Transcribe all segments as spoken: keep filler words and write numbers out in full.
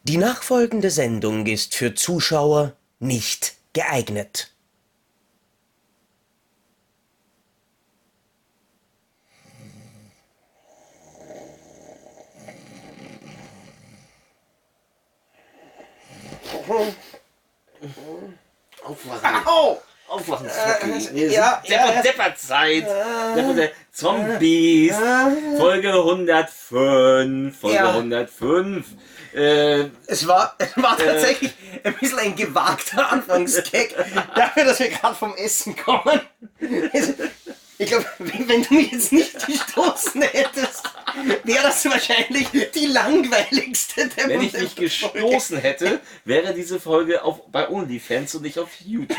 Die nachfolgende Sendung ist für Zuschauer nicht geeignet. Aufwachen. Au! Aufwachen, Zwecki. Wir ja, sind ja, ja. Depperzeit. Depperte Zombies. Folge hundertfünf. Folge Ja. hundertfünf. Äh, Es war, es war tatsächlich ein bisschen ein gewagter Anfangsgag, dafür, dass wir gerade vom Essen kommen. Es- Ich glaube, wenn wenn du mich jetzt nicht gestoßen hättest, wäre das wahrscheinlich die langweiligste der wenn ich nicht gestoßen hätte, wäre diese Folge auf, bei OnlyFans und nicht auf YouTube.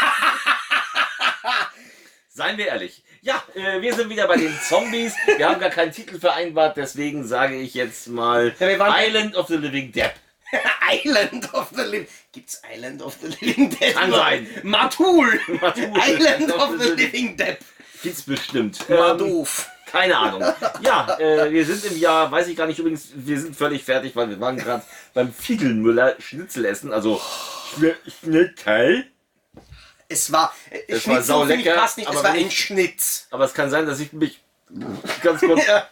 Seien wir ehrlich. Ja, äh, wir sind wieder bei den Zombies. Wir haben gar keinen Titel vereinbart, deswegen sage ich jetzt mal Ja, wir waren- Island of the Living Dead. Island of the Living... Gibt's Island of the Living Dead? Kann sein. Matul! Matul. Island of the Living Dead. Gibt's bestimmt. War Ähm, doof. Keine Ahnung. Ja, äh, wir sind im Jahr, weiß ich gar nicht, übrigens, wir sind völlig fertig, weil wir waren gerade beim Fiedelmüller Schnitzel essen, also Schne- Schnitzel. Es war... Es Schnitzel war saulecker, finde ich passt nicht, aber es war wenn ein ich- Schnitz. Aber es kann sein, dass ich mich ganz kurz... Ja.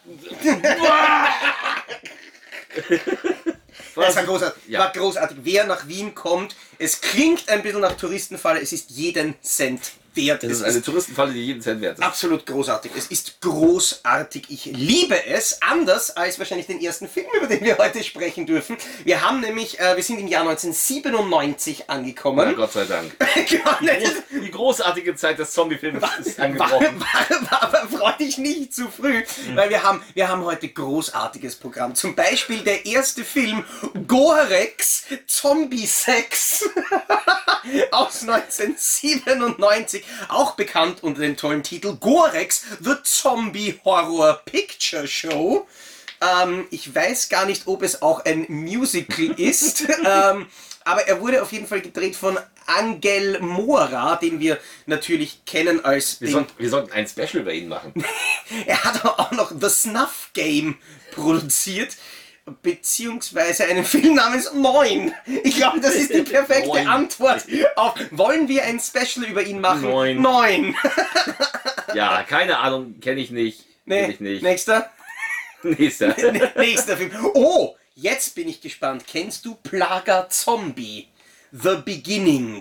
Was? Es war großartig. Ja. War großartig. Wer nach Wien kommt, es klingt ein bisschen nach Touristenfalle, es ist jeden Cent wert. Das Es ist eine Touristenfalle, die jeden Cent wert ist. absolut großartig. Es ist großartig. Ich liebe es. Anders als wahrscheinlich den ersten Film, über den wir heute sprechen dürfen. Wir haben nämlich, äh, wir sind im Jahr neunzehnhundertsiebenundneunzig Ja, angekommen. Gott sei Dank. Gar nicht. Die großartige Zeit des Zombie-Films ist War, angebrochen. war, war, war, freu dich nicht zu früh, weil wir haben, wir haben heute großartiges Programm. Zum Beispiel der erste Film Gorex Zombie Sex aus neunzehnhundertsiebenundneunzig, auch bekannt unter dem tollen Titel Gorex The Zombie Horror Picture Show. Ähm, ich weiß gar nicht, ob es auch ein Musical ist, ähm, aber er wurde auf jeden Fall gedreht von Angel Mora, den wir natürlich kennen als Wir, den, sollten, wir sollten ein Special über ihn machen. er hat aber auch noch The Snuff Game produziert, beziehungsweise einen Film namens Neun. Ich glaube, das ist die perfekte Neun. Antwort auf, wollen wir ein Special über ihn machen? Neun. Neun. Ja, keine Ahnung, kenne ich nicht. Kenn Nee, ich nicht. nächster. Nächster. Nächster Film. Oh, jetzt bin ich gespannt. Kennst du Plaga Zombie? The Beginning.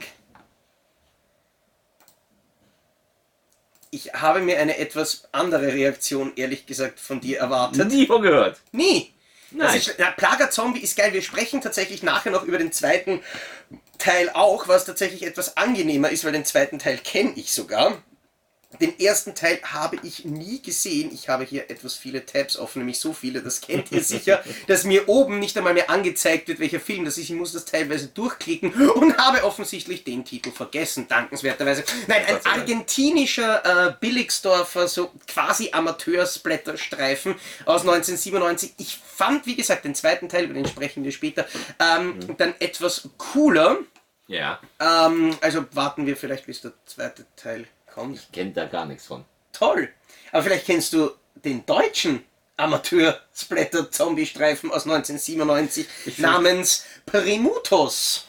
Ich habe mir eine etwas andere Reaktion, ehrlich gesagt, von dir erwartet. Nie von gehört. Nie. Das Nein. ist, na, Plaga Zombie ist geil. Wir sprechen tatsächlich nachher noch über den zweiten Teil auch, was tatsächlich etwas angenehmer ist, weil den zweiten Teil kenne ich sogar. Den ersten Teil habe ich nie gesehen. Ich habe hier etwas viele Tabs offen, nämlich so viele, das kennt ihr sicher, dass mir oben nicht einmal mehr angezeigt wird, welcher Film das ist. Ich muss das teilweise durchklicken und habe offensichtlich den Titel vergessen, dankenswerterweise. Nein, ein argentinischer äh, Billigsdorfer, so quasi Amateur-Splatter-Streifen aus neunzehnhundertsiebenundneunzig. Ich fand, wie gesagt, den zweiten Teil, über den sprechen wir später, ähm, Mhm. dann etwas cooler. Ja, Ähm, also warten wir vielleicht, bis der zweite Teil kommt. ich kenne da gar nichts von. Toll. Aber vielleicht kennst du den deutschen Amateur-Splatter-Zombie-Streifen aus neunzehnhundertsiebenundneunzig Ich find- namens Primutos.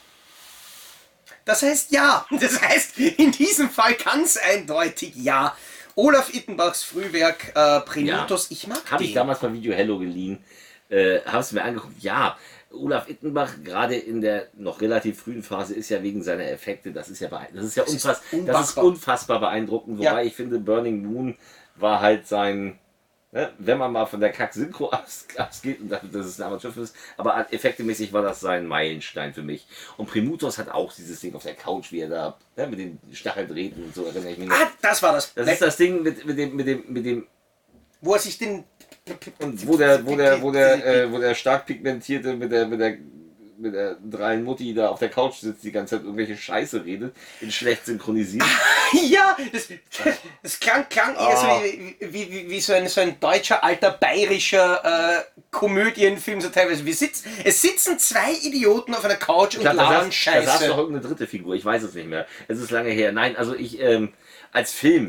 Das heißt ja. Das heißt, in diesem Fall ganz eindeutig ja. Olaf Ittenbachs Frühwerk äh, Primutos, ich mag Habe den. ich damals beim Video Hello geliehen. Äh, habe es mir angeguckt. Ja, Olaf Ittenbach, gerade in der noch relativ frühen Phase, ist ja wegen seiner Effekte, das ist ja beeindruckend. Das ist ja Das ist unfass, das ist unpackbar. unfassbar beeindruckend. Wobei Ja. ich finde, Burning Moon war halt sein, ne, wenn man mal von der Kack-Synchro aus- ausgeht und dachte, dass es ein Amateurfilm ist, aber effektemäßig war das sein Meilenstein für mich. Und Primutos hat auch dieses Ding auf der Couch, wie er da ne, mit den Stacheldrahten und so, erinnere ich mich noch. Ah, das war das. Das ist das Ding mit, mit dem, mit dem, mit dem Wo er sich den... und wo der, wo der, wo der, äh, wo der stark pigmentierte mit der, mit der, mit der dreien Mutti da auf der Couch sitzt, die ganze Zeit irgendwelche Scheiße redet, in schlecht synchronisiert. Ja, das, das klang, klang eher Ah. so wie, wie, wie, wie so, ein, so ein deutscher, alter, bayerischer äh, Komödienfilm, so teilweise. Wir sitzen, es sitzen zwei Idioten auf einer Couch und Ich glaub, da labern saß, da saß Scheiße. noch irgendeine dritte Figur, ich weiß es nicht mehr. Es ist lange her. Nein, also ich, ähm, als Film,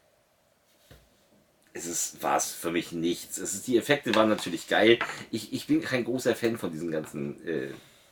es ist, war es für mich nichts. Es ist, die Effekte waren natürlich geil. Ich, ich bin kein großer Fan von diesen ganzen äh,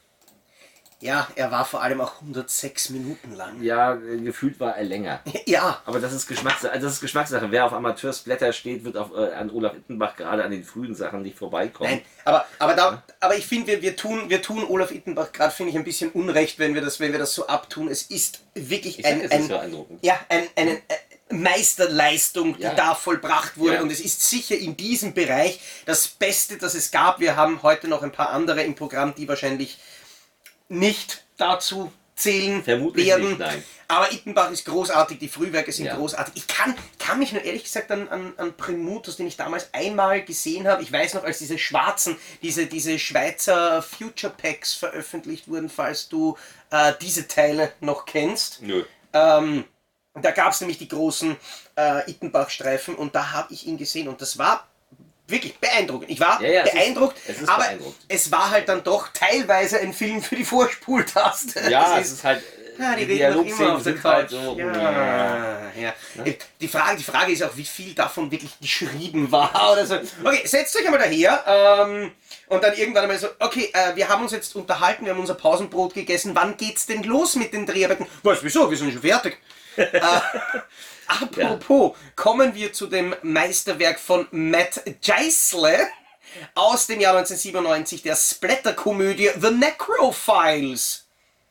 Ja, er war vor allem auch hundertsechs Minuten lang. Ja, äh, gefühlt war er länger. Ja, Aber das ist Geschmackssache. Also das ist Geschmackssache. Wer auf Amateursblätter steht, wird auf, äh, an Olaf Ittenbach gerade an den frühen Sachen nicht vorbeikommen. nein, aber, aber, da, aber ich finde, wir, wir, tun, wir tun Olaf Ittenbach gerade, finde ich, ein bisschen Unrecht, wenn wir das, wenn wir das so abtun. Es ist wirklich Ich sag, ein, es ein, ist beeindruckend. ja, ein, eine äh, Meisterleistung, die Ja. da vollbracht wurde. Ja. Und es ist sicher in diesem Bereich das Beste, das es gab. Wir haben heute noch ein paar andere im Programm, die wahrscheinlich nicht dazu zählen Vermutlich werden. nicht, nein. Aber Ittenbach ist großartig, die Frühwerke sind Ja. großartig. Ich kann, kann mich nur ehrlich gesagt an, an, an Primutus, den ich damals einmal gesehen habe, ich weiß noch, als diese schwarzen, diese, diese Schweizer Future Packs veröffentlicht wurden, falls du äh, diese Teile noch kennst. Nö. Ähm, da gab es nämlich die großen äh, Ittenbach-Streifen und da habe ich ihn gesehen und das war wirklich beeindruckend. Ich war Ja, ja, es ist- beeindruckt, es ist aber beeindruckend. es war halt dann doch teilweise ein Film für die Vorspultaste. Ja, es ist halt. ja, die die reden noch immer Dialogszenen auf der sind halt Couch. so. ja, ja. Die, Frage, die Frage ist auch, wie viel davon wirklich geschrieben war oder so. Okay, setzt euch einmal daher ähm, und dann irgendwann einmal so, okay, äh, wir haben uns jetzt unterhalten, wir haben unser Pausenbrot gegessen, wann geht's denn los mit den Dreharbeiten? Was, wieso? Wir sind schon fertig. äh, apropos, kommen wir zu dem Meisterwerk von Matt Geisler aus dem Jahr neunzehnhundertsiebenundneunzig, der Splatter-Komödie The Necrophiles.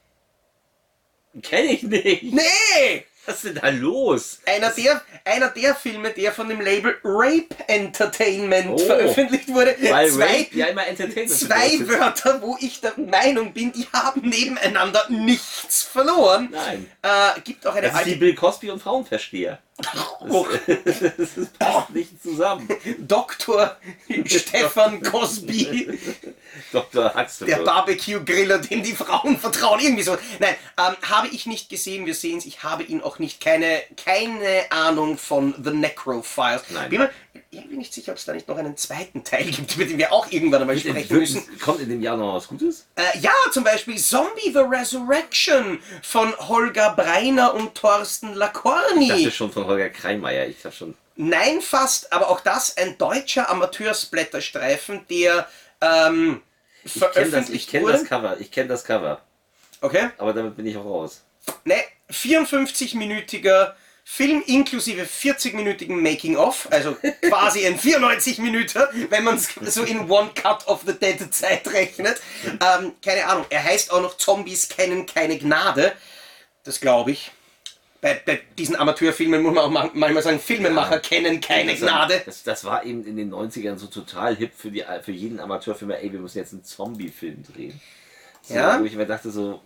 Kenn ich nicht. Nee! Was ist denn da los? Einer der, einer der Filme, der von dem Label Rape Entertainment Oh. veröffentlicht wurde. Weil zwei Rape ja immer Entertainment zwei bedeutet. Wörter, wo ich der Meinung bin, die haben nebeneinander nichts verloren. Nein. Äh, gibt auch eine Das ist alte die Bill Cosby und Frauenversteher. Oh, Das, das passt nicht zusammen. Doktor Stefan Cosby, Doktor Huxtable. der Barbecue-Griller, dem die Frauen vertrauen. Irgendwie so. Nein, ähm, habe ich nicht gesehen. Wir sehen es. Ich habe ihn auch nicht. Keine, keine Ahnung von The Necrophiles. Nein. Bin mir irgendwie nicht sicher, ob es da nicht noch einen zweiten Teil gibt, über den wir auch irgendwann einmal sprechen müssen. Kommt in dem Jahr noch was Gutes? Äh, ja, zum Beispiel Zombie the Resurrection von Holger Breiner und Thorsten Ich Lacorni. dachte schon von Holger Kreimeier. Ich hab schon. Nein, fast, aber auch das ein deutscher Amateursplatterstreifen, der ähm, Ich kenne das, ich veröffentlicht kenn wurde. das Cover. Ich kenne das Cover. Okay. Aber damit bin ich auch raus. Ne, vierundfünfzig-minütiger Film inklusive vierzig-minütigen Making-of, also quasi ein vierundneunzig Minuten, wenn man es so in One Cut of the Dead Zeit rechnet. Ähm, keine Ahnung, er heißt auch noch Zombies kennen keine Gnade. Das glaube ich. Bei, bei diesen Amateurfilmen muss man auch man- manchmal sagen, Filmemacher Ja. kennen keine das, Gnade. Das, das war eben in den neunzigern so total hip für, die, für jeden Amateurfilmer. Ey, wir müssen jetzt einen Zombie-Film drehen. So, Ja. Wo ich mir dachte so,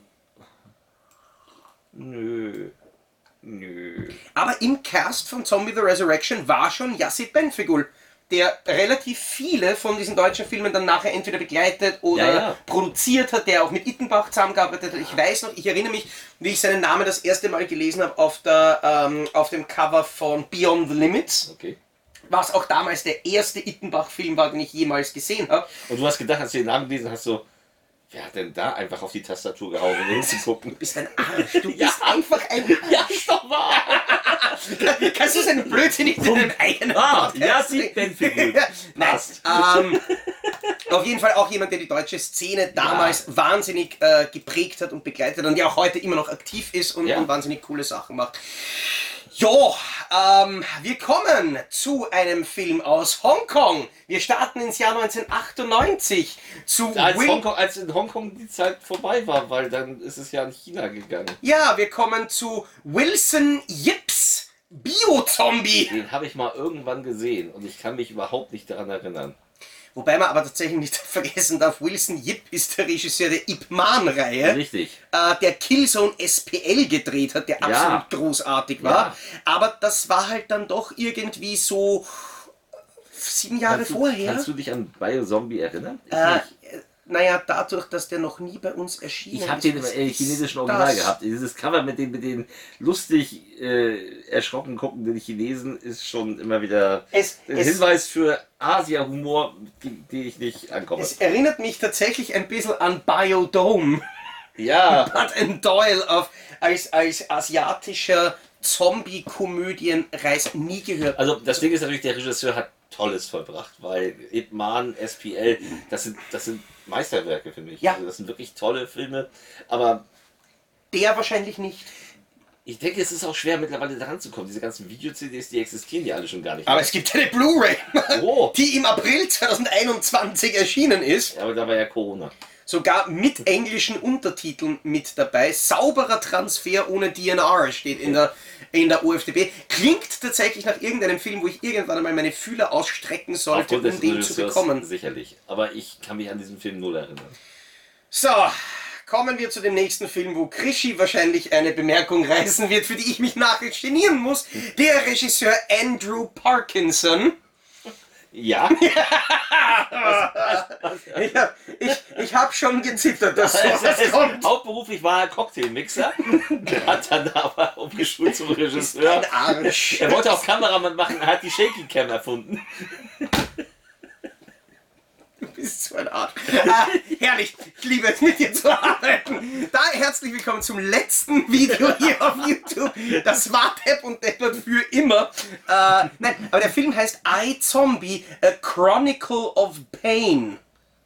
nö, nö. Aber im Cast von Zombie the Resurrection war schon Yassid Benfegul, der relativ viele von diesen deutschen Filmen dann nachher entweder begleitet oder Ja, ja. produziert hat, der auch mit Ittenbach zusammengearbeitet hat. Ich weiß noch, ich erinnere mich, wie ich seinen Namen das erste Mal gelesen habe auf, der, ähm, auf dem Cover von Beyond the Limits, Okay. was auch damals der erste Ittenbach-Film war, den ich jemals gesehen habe. Und du hast gedacht, als du den Namen gelesen hast, so, wer hat denn da einfach auf die Tastatur gehauen, um hinzugucken? Du bist ein Arsch, du Ja. bist einfach ein Ja, ist doch wahr! Kannst du seinen Blödsinn nicht in deinem eigenen Ah, Podcast Yassid Benfegul. Nein, Passt. ähm, auf jeden Fall auch jemand, der die deutsche Szene damals wahnsinnig äh, geprägt hat und begleitet hat und der auch heute immer noch aktiv ist und, Ja. und wahnsinnig coole Sachen macht. Jo, ähm, wir kommen zu einem Film aus Hongkong. Wir starten ins Jahr neunzehnhundertachtundneunzig zu Als, Will- Hongkong, als in Hongkong die Zeit vorbei war, weil dann ist es ja in China gegangen. Ja, wir kommen zu Wilson Yips, Bio-Zombie. Den habe ich mal irgendwann gesehen und ich kann mich überhaupt nicht daran erinnern. Wobei man aber tatsächlich nicht vergessen darf, Wilson Yip ist der Regisseur der Ip Man-Reihe, Richtig. äh, der Killzone S P L gedreht hat, der Ja. absolut großartig war. Ja. Aber das war halt dann doch irgendwie so sieben Jahre Kannst du, vorher. kannst du dich an Biozombie erinnern? Ich äh, nicht. naja, dadurch, dass der noch nie bei uns erschienen Ich habe ist. den im was äh, ist chinesischen das? Original gehabt. Dieses Cover mit den, mit den lustig äh, erschrocken guckenden Chinesen ist schon immer wieder Es, ein es, Hinweis für Asia-Humor, die, die ich nicht ankomme. es erinnert mich tatsächlich ein bisschen an Biodome. Ja, Bud Doyle auf, als, als asiatischer Zombie-Komödienreis nie gehört. also das Ding ist natürlich, der Regisseur hat Tolles vollbracht, weil Ip Man, S P L, das sind, das sind Meisterwerke für mich. Ja. Also das sind wirklich tolle Filme, aber Der wahrscheinlich nicht. ich denke, es ist auch schwer mittlerweile daran zu kommen. Diese ganzen Video-C Ds, die existieren ja alle schon gar nicht Aber mehr. es gibt eine Blu-ray, Oh. die im April zweitausendeinundzwanzig erschienen ist. Ja, aber da war ja Corona. Sogar mit englischen Untertiteln mit dabei. Sauberer Transfer ohne D N R steht in der, in der O F D B. Klingt tatsächlich nach irgendeinem Film, wo ich irgendwann einmal meine Fühler ausstrecken sollte, Aufgrund um des den zu Regisseurs bekommen. sicherlich. Aber ich kann mich an diesen Film null erinnern. So, kommen wir zu dem nächsten Film, wo Krischi wahrscheinlich eine Bemerkung reißen wird, für die ich mich nachher genieren muss. Der Regisseur Andrew Parkinson. Ja, Ich habe ich, ich hab schon gezittert, dass sowas kommt. hauptberuflich war er Cocktailmixer, hat dann aber umgeschult zum Regisseur. Ein Arsch. Er wollte auch Kameramann machen, er hat die Shaky Cam erfunden. Du bist so ein Arsch. Ah, herrlich, ich liebe es, mit dir zu arbeiten. Da herzlich willkommen zum letzten Video hier auf YouTube. Das war Depp und Deppert für immer. Äh, nein, aber der Film heißt I, Zombie, A Chronicle of Pain.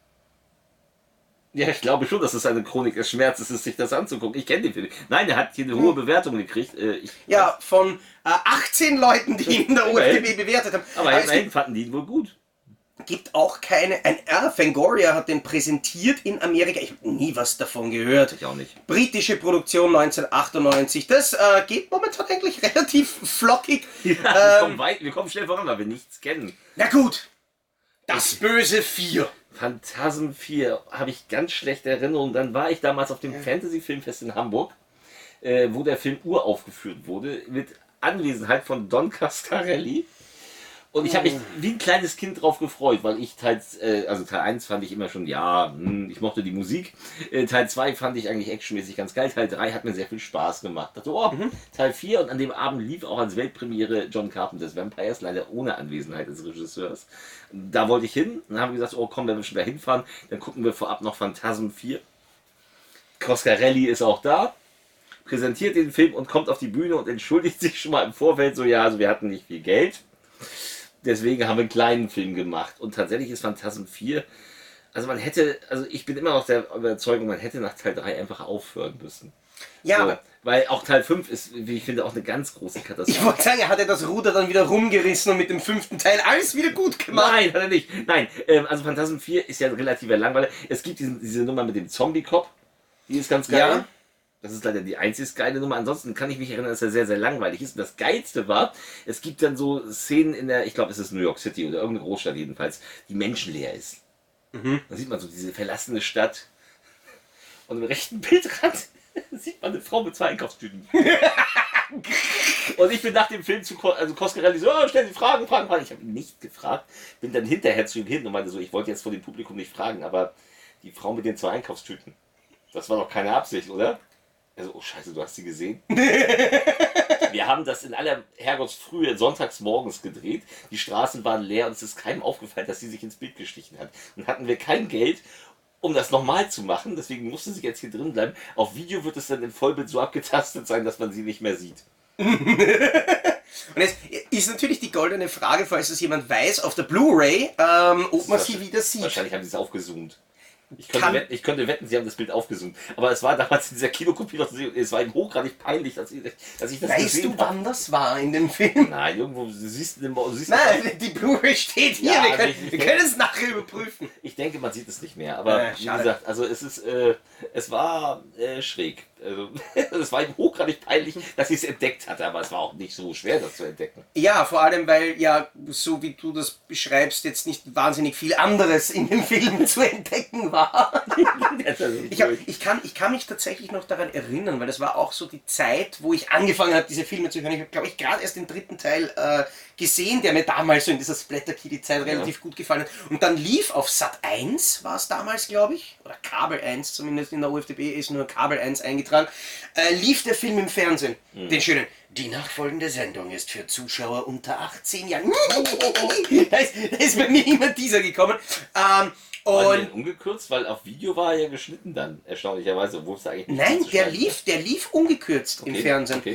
Ja, ich glaube schon, dass es eine Chronik des Schmerzes ist, sich das anzugucken. Ich kenne den Film. Nein, er hat hier eine hohe Bewertung gekriegt. Äh, Ich, Ja, von äh, achtzehn Leuten, die ihn in der O F D B bewertet haben. aber es immerhin fanden die ihn wohl gut. gibt auch keine... Ein R, Fangoria hat den präsentiert in Amerika. Ich habe nie was davon gehört. Ich auch nicht. Britische Produktion neunzehnhundertachtundneunzig. Das äh, geht momentan eigentlich relativ flockig. Ja, wir, Ähm, kommen weit, wir kommen schnell voran, weil wir nichts kennen. na gut. Das böse Vier. Phantasm vier habe ich ganz schlechte Erinnerungen. Dann war ich damals auf dem Fantasy-Filmfest in Hamburg, äh, wo der Film uraufgeführt wurde, mit Anwesenheit von Don Cascarelli. Und ich habe mich wie ein kleines Kind drauf gefreut, weil ich Teil, äh, also Teil eins fand ich immer schon, ja, hm, ich mochte die Musik. Äh, Teil zwei fand ich eigentlich actionmäßig ganz geil. Teil drei hat mir sehr viel Spaß gemacht. Dachte, oh, Teil vier und an dem Abend lief auch als Weltpremiere John Carpenter's Vampires, leider ohne Anwesenheit des Regisseurs. Da wollte ich hin und haben gesagt, oh komm, wenn wir schon da hinfahren, dann gucken wir vorab noch Phantasm vier. Coscarelli ist auch da, präsentiert den Film und kommt auf die Bühne und entschuldigt sich schon mal im Vorfeld so, ja, also wir hatten nicht viel Geld. Deswegen haben wir einen kleinen Film gemacht. Und tatsächlich ist Phantasm vier, also man hätte, also ich bin immer noch der Überzeugung, man hätte nach Teil drei einfach aufhören müssen. Ja, So, aber weil auch Teil fünf ist, wie ich finde, auch eine ganz große ich Katastrophe. wollte sagen, er hat ja das Ruder dann wieder rumgerissen und mit dem fünften Teil alles wieder gut gemacht. Nein, hat er nicht. Nein, ähm, also Phantasm vier ist ja relativ langweilig. Es gibt diesen, diese Nummer mit dem Zombie-Cop, die ist ganz geil. Ja. Das ist leider die einzig geile Nummer. Ansonsten kann ich mich erinnern, dass er sehr, sehr langweilig ist. Und das Geilste war, es gibt dann so Szenen in der, ich glaube, es ist New York City oder irgendeine Großstadt jedenfalls, die menschenleer ist. Mhm. Da sieht man so diese verlassene Stadt. Und im rechten Bildrand sieht man eine Frau mit zwei Einkaufstüten. Und ich bin nach dem Film zu Ko- also Coscarelli so, oh, stellen Sie Fragen, Fragen, Fragen. Ich habe ihn nicht gefragt, bin dann hinterher zu ihm hin und meinte so, ich wollte jetzt vor dem Publikum nicht fragen, aber die Frau mit den zwei Einkaufstüten, das war doch keine Absicht, oder? Also, oh Scheiße, du hast sie gesehen? Wir haben das in aller Herrgottsfrühe sonntags morgens gedreht. Die Straßen waren leer und es ist keinem aufgefallen, dass sie sich ins Bild gestichen hat. Und hatten wir kein Geld, um das nochmal zu machen. Deswegen musste sie jetzt hier drin bleiben. Auf Video wird es dann im Vollbild so abgetastet sein, dass man sie nicht mehr sieht. Und jetzt ist natürlich die goldene Frage, falls es jemand weiß, auf der Blu-ray, ähm, ob man sie wieder sieht. Wahrscheinlich haben sie es aufgezoomt. Ich könnte, Kann- wetten, ich könnte wetten, sie haben das Bild aufgezoomt. Aber es war damals in dieser Kinokopie noch zu sehen. Es war ihm hochgradig peinlich, dass ich, dass ich das Weißt gesehen du, habe. wann das war in dem Film? Nein, irgendwo, du siehst, du siehst Nein, die Blu-ray steht hier. Ja, wir also können, ich- wir können es nachher überprüfen. Ich denke, man sieht es nicht mehr, aber Äh, wie schade. gesagt, also es ist, äh, es war äh, schräg. Also, es war ihm hochgradig peinlich, dass ich es entdeckt hatte, aber es war auch nicht so schwer, das zu entdecken. Ja, vor allem, weil ja, so wie du das beschreibst, jetzt nicht wahnsinnig viel anderes in dem Film zu entdecken war. Ich, hab, ich, kann, ich kann mich tatsächlich noch daran erinnern, weil das war auch so die Zeit, wo ich angefangen habe, diese Filme zu hören. Ich habe, glaube ich, gerade erst den dritten Teil äh, gesehen, der mir damals so in dieser Splatter-Kitty-Zeit relativ gut gefallen hat. Und dann lief auf Sat eins, war es damals, glaube ich, oder Kabel eins zumindest, in der O F D B ist nur Kabel eins eingetragen, äh, lief der Film im Fernsehen. Den schönen. Die nachfolgende Sendung ist für Zuschauer unter achtzehn Jahren. Da ist, da ist bei mir immer dieser gekommen. Ähm, War die und denn ungekürzt, weil auf Video war er ja geschnitten dann, erstaunlicherweise, obwohl es da eigentlich nicht nein, zu der schneiden lief, der lief ungekürzt Okay, im Fernsehen. okay.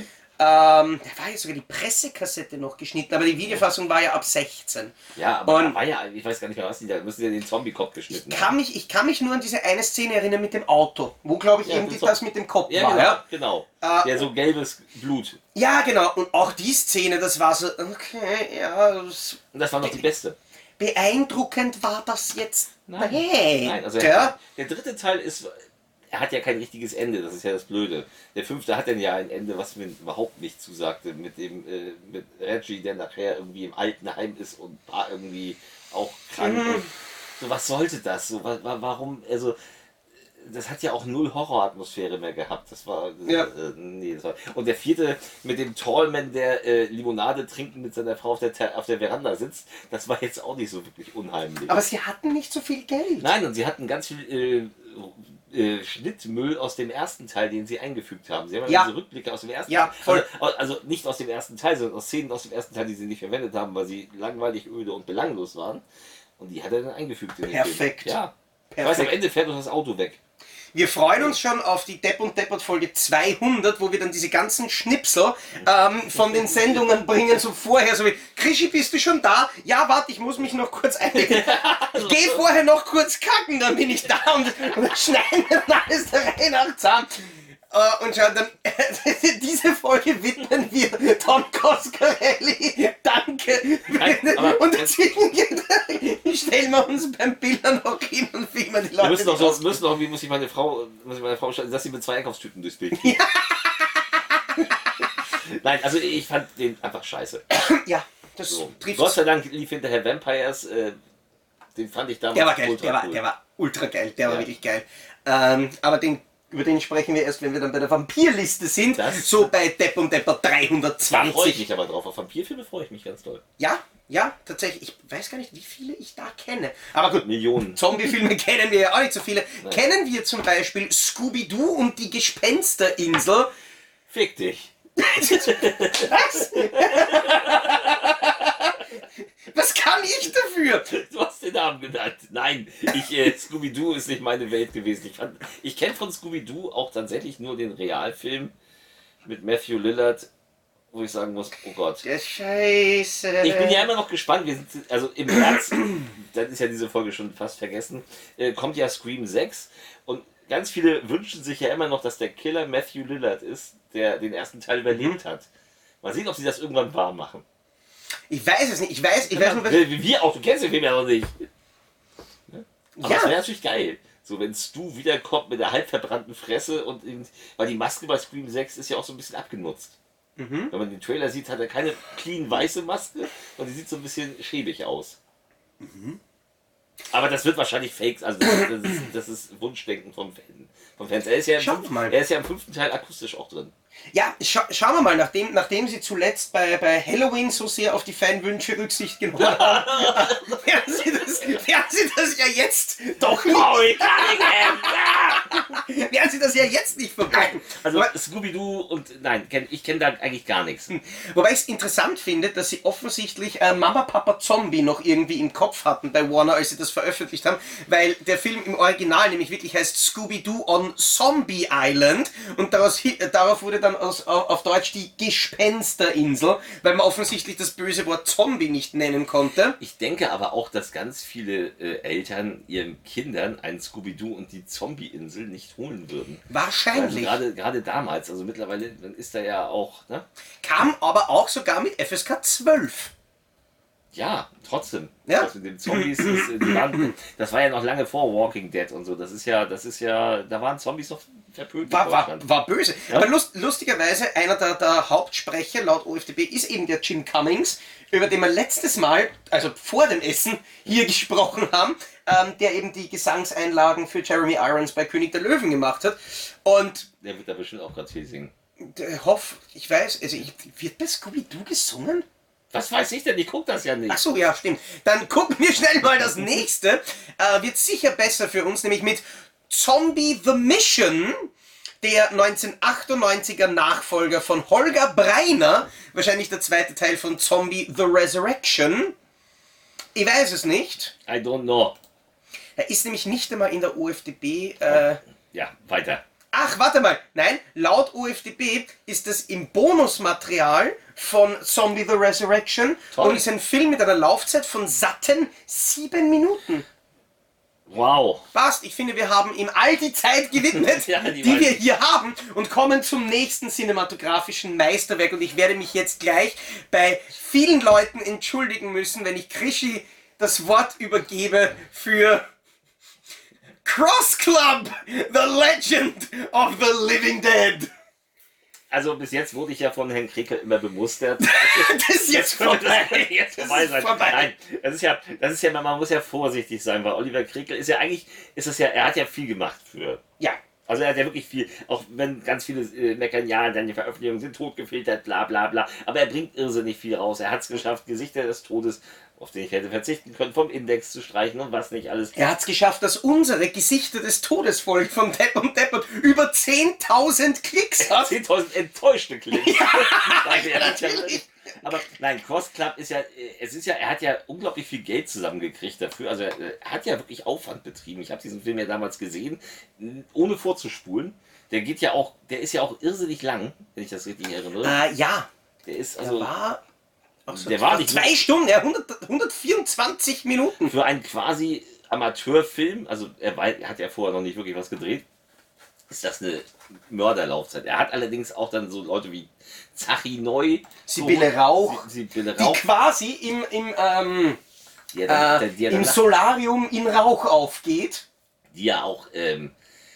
Ähm, da war ja sogar die Pressekassette noch geschnitten, aber die Videofassung war ja ab sechzehn. Ja, aber Und da war ja, ich weiß gar nicht mehr, was die da, müssen die ja den Zombie-Kopf geschnitten ich haben. kann, mich, ich kann mich nur an diese eine Szene erinnern mit dem Auto, wo, glaube ich, Ja, eben das die, war- das mit dem Kopf Ja, war. genau, Ja? genau. Äh, Der so gelbes Blut. ja, genau. Und auch die Szene, das war so, okay, ja, das, Und das war noch die beste. beeindruckend war das jetzt. Nein. Hey, Nein, also ja? der dritte Teil ist, er hat ja kein richtiges Ende, das ist ja das Blöde. Der fünfte hat dann ja ein Ende, was mir überhaupt nicht zusagte, mit dem, äh, mit Reggie, der nachher irgendwie im Altenheim ist und war irgendwie auch krank. Mhm. Und so, was sollte das? So, wa- wa- warum, also, das hat ja auch null Horroratmosphäre mehr gehabt. Das war, Ja. äh, nee, das war. Und der vierte mit dem Tallman, der äh, Limonade trinken mit seiner Frau auf der, Ter- auf der Veranda sitzt, das war jetzt auch nicht so wirklich unheimlich. Aber sie hatten nicht so viel Geld. Nein, und sie hatten ganz viel äh, äh, Schnittmüll aus dem ersten Teil, den sie eingefügt haben. Sie haben Ja. diese Rückblicke aus dem ersten Ja, Teil. voll. Also, also nicht aus dem ersten Teil, sondern aus Szenen aus dem ersten Teil, die sie nicht verwendet haben, weil sie langweilig, öde und belanglos waren. Und die hat er dann eingefügt in den Perfekt. Film. Ja. Ich Perfekt. weiß, am Ende fährt uns das Auto weg. Wir freuen uns schon auf die Depp und Deppert Folge zweihundert, wo wir dann diese ganzen Schnipsel ähm, von den Sendungen bringen, so vorher, so wie, Krischi, bist du schon da? Ja, warte, ich muss mich noch kurz einlegen. Geh vorher noch kurz kacken, dann bin ich da und, und dann schneiden wir dann alles der Reihe nach zusammen. Äh, und schauen dann, diese Folge widmen wir Tom Coscarelli. Danke. Nein, aber- und deswegen stellen wir uns beim Bildern noch hin und filmen die Leute. Wir müssen doch so, raus. müssen doch, wie muss ich meine Frau, muss ich meine Frau stellen, dass sie mit zwei Einkaufstüten durchs Bild geht. Nein, also ich fand den einfach scheiße. Ja, das So. trifft. Gott sei Dank lief hinterher Vampires, äh, den fand ich damals Der war geil, ultra der war, cool. der war ultra geil, der war Ja. wirklich geil. Ähm, aber den, über den sprechen wir erst, wenn wir dann bei der Vampirliste sind. Das- so bei Depp und Depper Da freue ich dreihundertzwanzig. mich aber drauf. Auf Vampirfilme freue ich mich ganz doll. Ja, ja, tatsächlich. Ich weiß gar nicht, wie viele ich da kenne. Aber gut, Millionen. Zombie-Filme kennen wir ja auch nicht so viele. Kennen wir zum Beispiel Scooby-Doo und die Gespensterinsel? Fick dich. Was? Was kann ich dafür? Du hast den Namen genannt. Nein, ich, äh, Scooby-Doo ist nicht meine Welt gewesen. Ich, fand- ich kenne von Scooby-Doo auch tatsächlich nur den Realfilm mit Matthew Lillard, wo ich sagen muss, oh Gott. Der Scheiße. Ich bin ja immer noch gespannt. Wir sind, also im März, dann ist ja diese Folge schon fast vergessen, äh, kommt ja Scream sechs und ganz viele wünschen sich ja immer noch, dass der Killer Matthew Lillard ist, der den ersten Teil überlebt hat. Mal sehen, ob sie das irgendwann wahr machen. Ich weiß es nicht. Ich weiß, ich weiß nur, was. Wie wir auch, du kennst den Film ja noch nicht. Ne? Aber Ja. das wäre natürlich geil. So, wenn Stu wiederkommt mit der halb verbrannten Fresse und eben, weil die Maske bei Scream sechs ist ja auch so ein bisschen abgenutzt. Mhm. Wenn man den Trailer sieht, hat er keine clean weiße Maske und die sieht so ein bisschen schäbig aus. Mhm. Aber das wird wahrscheinlich Fakes, also das, das, ist, das ist Wunschdenken vom, Fan, vom Fans. Er ist, ja im Schauen wir fünften, mal. er ist ja im fünften Teil akustisch auch drin. Ja, scha schauen wir mal, nachdem, nachdem sie zuletzt bei, bei Halloween so sehr auf die Fanwünsche Rücksicht genommen haben, werden, sie das, werden sie das ja jetzt doch nicht. Oh, ich kann nicht mehr. Werden sie das ja jetzt nicht verpacken. Also Wobei- Scooby-Doo und nein, kenn, ich kenne da eigentlich gar nichts. Wobei ich es interessant finde, dass sie offensichtlich äh, Mama, Papa, Zombie noch irgendwie im Kopf hatten bei Warner, als sie das veröffentlicht haben, weil der Film im Original nämlich wirklich heißt Scooby-Doo on Zombie Island und daraus, hi- äh, darauf wurde dann aus, auf, auf Deutsch die Gespensterinsel, weil man offensichtlich das böse Wort Zombie nicht nennen konnte. Ich denke aber auch, dass ganz viele äh, Eltern ihren Kindern ein Scooby-Doo und die Zombie-Insel nicht holen würden. Also Wahrscheinlich. gerade, gerade damals, also mittlerweile dann ist da ja auch, ne? Kam aber auch sogar mit F S K zwölf. Ja, trotzdem. Ja. Das mit den Zombies, das, äh, die waren, das war ja noch lange vor Walking Dead und so. Das ist ja, das ist ja, da waren Zombies noch verpönt. in War, war, Deutschland. war böse. Ja. Aber lust, lustigerweise, einer der, der Hauptsprecher laut O F D B ist eben der Jim Cummings, über den wir letztes Mal, also vor dem Essen, hier gesprochen haben, ähm, der eben die Gesangseinlagen für Jeremy Irons bei König der Löwen gemacht hat. Und Der wird da bestimmt auch ganz viel singen. der Hoff, ich weiß, also ich, wird bei Scooby-Doo gesungen? Was weiß ich denn? Ich guck das ja nicht. Ach so, ja, stimmt. Dann gucken wir schnell mal das nächste. Äh, wird sicher besser für uns, nämlich mit Zombie The Mission, der neunzehnhundertachtundneunziger Nachfolger von Holger Breiner, wahrscheinlich der zweite Teil von Zombie The Resurrection. Ich weiß es nicht. I don't know. Er ist nämlich nicht einmal in der O F D B. Äh, Ja, weiter. Ach, warte mal. Nein, laut O F D B ist das im Bonusmaterial von Zombie the Resurrection Toll. und ist ein Film mit einer Laufzeit von satten sieben Minuten. Wow. Passt, ich finde, wir haben ihm all die Zeit gewidmet, Ja, die, die wir hier haben und kommen zum nächsten cinematografischen Meisterwerk. Und ich werde mich jetzt gleich bei vielen Leuten entschuldigen müssen, wenn ich Krischi das Wort übergebe für Cross Club, The Legend of the Living Dead. Also bis jetzt wurde ich ja von Herrn Krekel immer bemustert. Das ist jetzt vorbei. Das jetzt Das vorbei ist sein. vorbei. Nein, das ist ja, das ist ja, man muss ja vorsichtig sein, weil Oliver Krekel ist ja eigentlich, ist das ja, er hat ja viel gemacht für. Ja, Also er hat ja wirklich viel, auch wenn ganz viele äh, meckern, ja, deine Veröffentlichungen sind totgefiltert, bla bla bla. Aber er bringt irrsinnig viel raus. Er hat es geschafft, Gesichter des Todes, auf den ich hätte verzichten können, vom Index zu streichen und was nicht alles. er hat es geschafft, dass unsere Gesichter des Todes Folge von Depp und Deppert über zehntausend Klicks hat. zehntausend enttäuschte Klicks. Ja, ja, natürlich. Aber nein, Cross Club ist ja, äh, es ist ja, er hat ja unglaublich viel Geld zusammengekriegt dafür. Also er, er hat ja wirklich Aufwand betrieben. Ich habe diesen Film ja damals gesehen, ohne vorzuspulen. Der geht ja auch, der ist ja auch irrsinnig lang, wenn ich das richtig erinnere. Äh, ja, Der ist der also war, auch so der war nicht zwei Stunden, ja, hundert, hundertvierundzwanzig Minuten. für einen quasi Amateurfilm, also er, wei- er hat ja vorher noch nicht wirklich was gedreht, ist das eine Mörderlaufzeit. Er hat allerdings auch dann so Leute wie Zachi Neu, Sibylle Rauch, Sie- Sibylle die Rauch, quasi im, im, ähm, die, ja dann, äh, die, ja im danach- Solarium in Rauch aufgeht. die ja auch ähm,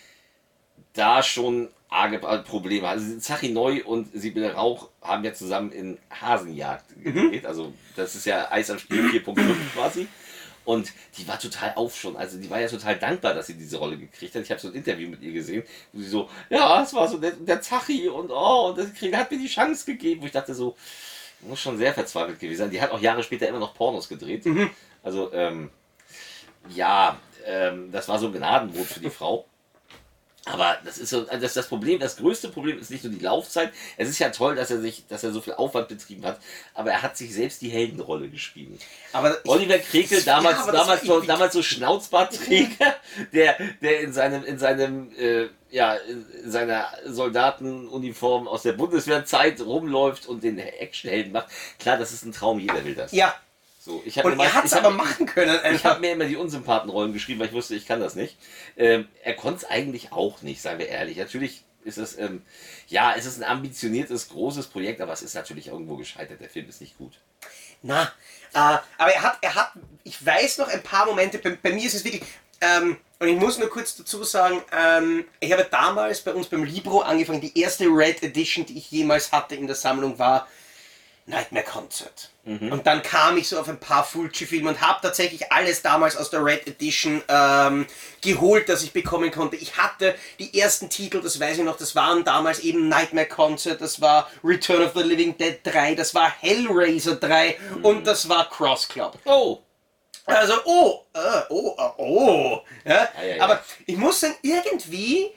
da schon arge Probleme. Also Zachi Neu und Sibylle Rauch haben ja zusammen in Hasenjagd gedreht. Also das ist ja Eis am Stiel vier Punkt fünf quasi. Und die war total auf schon. Also die war ja total dankbar, dass sie diese Rolle gekriegt hat. Ich habe so ein Interview mit ihr gesehen, wo sie so, ja, es war so der, der Zachi und oh, und das krieg, hat mir die Chance gegeben. Wo ich dachte so, muss schon sehr verzweifelt gewesen sein. Die hat auch Jahre später immer noch Pornos gedreht. Also ähm, ja, ähm, das war so ein Gnadenbrot für die Frau. Aber das ist so, also das, das Problem, das größte Problem ist nicht nur die Laufzeit. Es ist ja toll, dass er sich, dass er so viel Aufwand betrieben hat, aber er hat sich selbst die Heldenrolle geschrieben. Aber ich, Oliver Krekel, damals, Ja, aber das damals, war so, irgendwie- damals so Schnauzbartträger, der, der in seinem, in seinem, äh, ja, in seiner Soldatenuniform aus der Bundeswehrzeit rumläuft und den Actionhelden macht. Klar, das ist ein Traum, jeder will das. ja, So, ich hab und mir er mal- hat es ich hab- aber machen können ich einfach. habe mir immer die Unsympathenrollen geschrieben, weil ich wusste, ich kann das nicht. Ähm, er konnte es eigentlich auch nicht, seien wir ehrlich. Natürlich ist es, ähm, ja, es ist ein ambitioniertes, großes Projekt, aber es ist natürlich irgendwo gescheitert. Der Film ist nicht gut. Na, äh, aber er hat, er hat, ich weiß noch ein paar Momente, bei, bei mir ist es wirklich, ähm, und ich muss nur kurz dazu sagen, ähm, ich habe damals bei uns beim Libro angefangen, die erste Red Edition, die ich jemals hatte in der Sammlung, war Nightmare Concert. Und dann kam ich so auf ein paar Fulci-Filme und habe tatsächlich alles damals aus der Red Edition ähm, geholt, das ich bekommen konnte. Ich hatte die ersten Titel, das weiß ich noch, das waren damals eben Nightmare Concert, das war Return of the Living Dead drei, das war Hellraiser drei und das war Cross Club. Oh! Also, oh, äh, oh, äh, oh. Ja? Ja, ja, ja. Aber ich muss sagen, irgendwie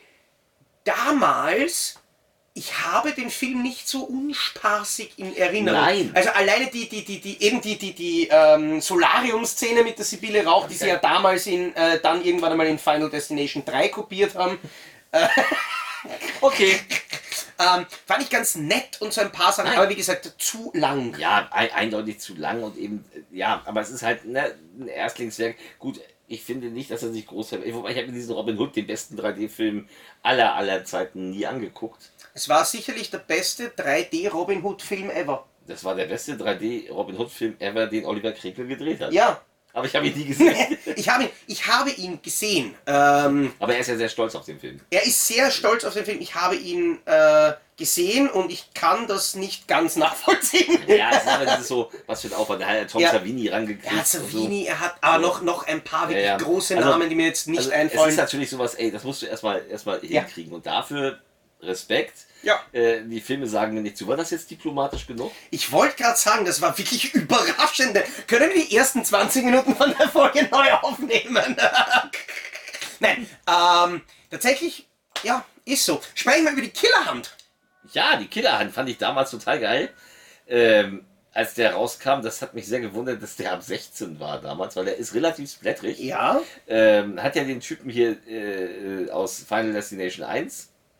damals, ich habe den Film nicht so unspaßig in Erinnerung. Nein. Also alleine die, die, die, die, eben die, die, die ähm, Solarium-Szene mit der Sibylle Rauch, die sie ja damals in, äh, dann irgendwann einmal in Final Destination drei kopiert haben, Okay. ähm, fand ich ganz nett und so ein paar Sachen, Nein. aber wie gesagt, zu lang. Ja, ein, eindeutig zu lang und eben, äh, ja, aber es ist halt ne, ein Erstlingswerk. Gut, ich finde nicht, dass er sich groß ver- Wobei ich habe mir diesen Robin Hood, den besten drei D-Film aller, aller Zeiten, nie angeguckt. Es war sicherlich der beste drei D Robin Hood Film ever. Das war der beste drei D-Robin Hood-Film ever, den Oliver Krekel gedreht hat. Ja, Aber ich habe ihn nie gesehen. ich habe ihn, ich habe ihn gesehen. Ähm, Aber er ist ja sehr stolz auf den Film. er ist sehr stolz auf den Film. Ich habe ihn äh, gesehen und ich kann das nicht ganz nachvollziehen. Ja, es ist aber dieses so, was für ein Aufwand. Da hat er Tom Ja. Savini rangekriegt. Er hat und Savini, er hat aber noch, noch ein paar wirklich Ja, ja. große Also- Namen, die mir jetzt nicht Also, es einfallen. ist natürlich sowas, ey, das musst du erstmal erstmal Ja. hinkriegen. Und dafür Respekt. Ja. Äh, die Filme sagen mir nicht zu. War das jetzt diplomatisch genug? Ich wollte gerade sagen, das war wirklich überraschend. Können wir die ersten zwanzig Minuten von der Folge neu aufnehmen? Nein, ähm, tatsächlich, ja, ist so. Sprechen wir über die Killerhand. Ja, die Killerhand fand ich damals total geil. Ähm, als der rauskam, das hat mich sehr gewundert, dass der ab sechzehn war damals, weil der ist relativ splatterig. Ja. Ähm, hat ja den Typen hier äh, aus Final Destination eins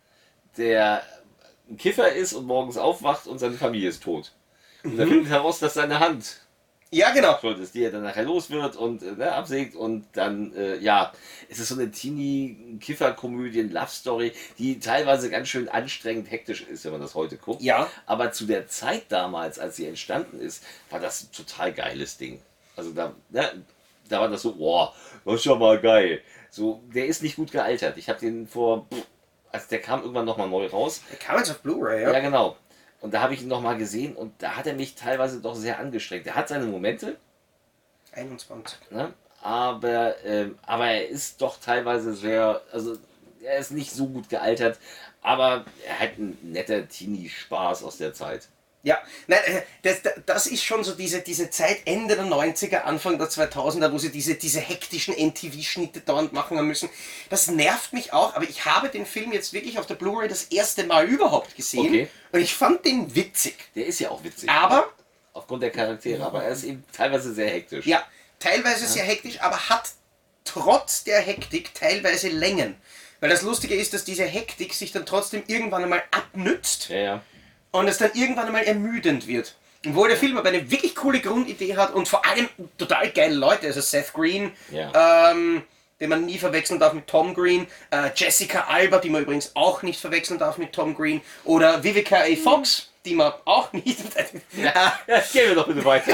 der ein Kiffer ist und morgens aufwacht und seine Familie ist tot. Und er findet heraus, dass seine Hand Ja, genau. schuld ist, die er dann nachher los wird und äh, ne, absägt und dann, äh, ja, es ist so eine Teenie-Kiffer-Komödie, Love-Story, die teilweise ganz schön anstrengend hektisch ist, wenn man das heute guckt. Ja. Aber zu der Zeit damals, als sie entstanden ist, war das ein total geiles Ding. Also da, ne, da war das so, boah, das ist schon mal geil. So, der ist nicht gut gealtert. Ich habe den vor, pff, als der kam irgendwann nochmal neu raus. Der kam jetzt auf Blu-ray, Ja, ja. genau. Und da habe ich ihn nochmal gesehen und da hat er mich teilweise doch sehr angestrengt. Er hat seine Momente, einundzwanzig. ne? aber, ähm, aber er ist doch teilweise sehr, also er ist nicht so gut gealtert, aber er hat ein netter Teenie-Spaß aus der Zeit. Ja, nein, äh, das, das ist schon so diese, diese Zeit Ende der neunziger, Anfang der zweitausender, wo sie diese, diese hektischen N T V-Schnitte dauernd machen haben müssen. Das nervt mich auch, aber ich habe den Film jetzt wirklich auf der Blu-ray das erste Mal überhaupt gesehen Okay. und ich fand den witzig. Der ist ja auch witzig. Aber, Aufgrund der Charaktere, aber er ist eben teilweise sehr hektisch. ja, teilweise sehr hektisch, aber hat trotz der Hektik teilweise Längen. Weil das Lustige ist, dass diese Hektik sich dann trotzdem irgendwann einmal abnützt. Ja, ja. Und es dann irgendwann einmal ermüdend wird. Obwohl der Film aber eine wirklich coole Grundidee hat und vor allem total geile Leute, also Seth Green, Ja. ähm, den man nie verwechseln darf mit Tom Green, äh, Jessica Alba, die man übrigens auch nicht verwechseln darf mit Tom Green, oder Vivica A. Fox, die man auch nicht... Ja, gehen wir doch bitte weiter.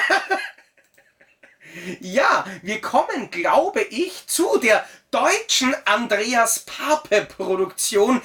Ja, wir kommen, glaube ich, zu der deutschen Andreas Pape-Produktion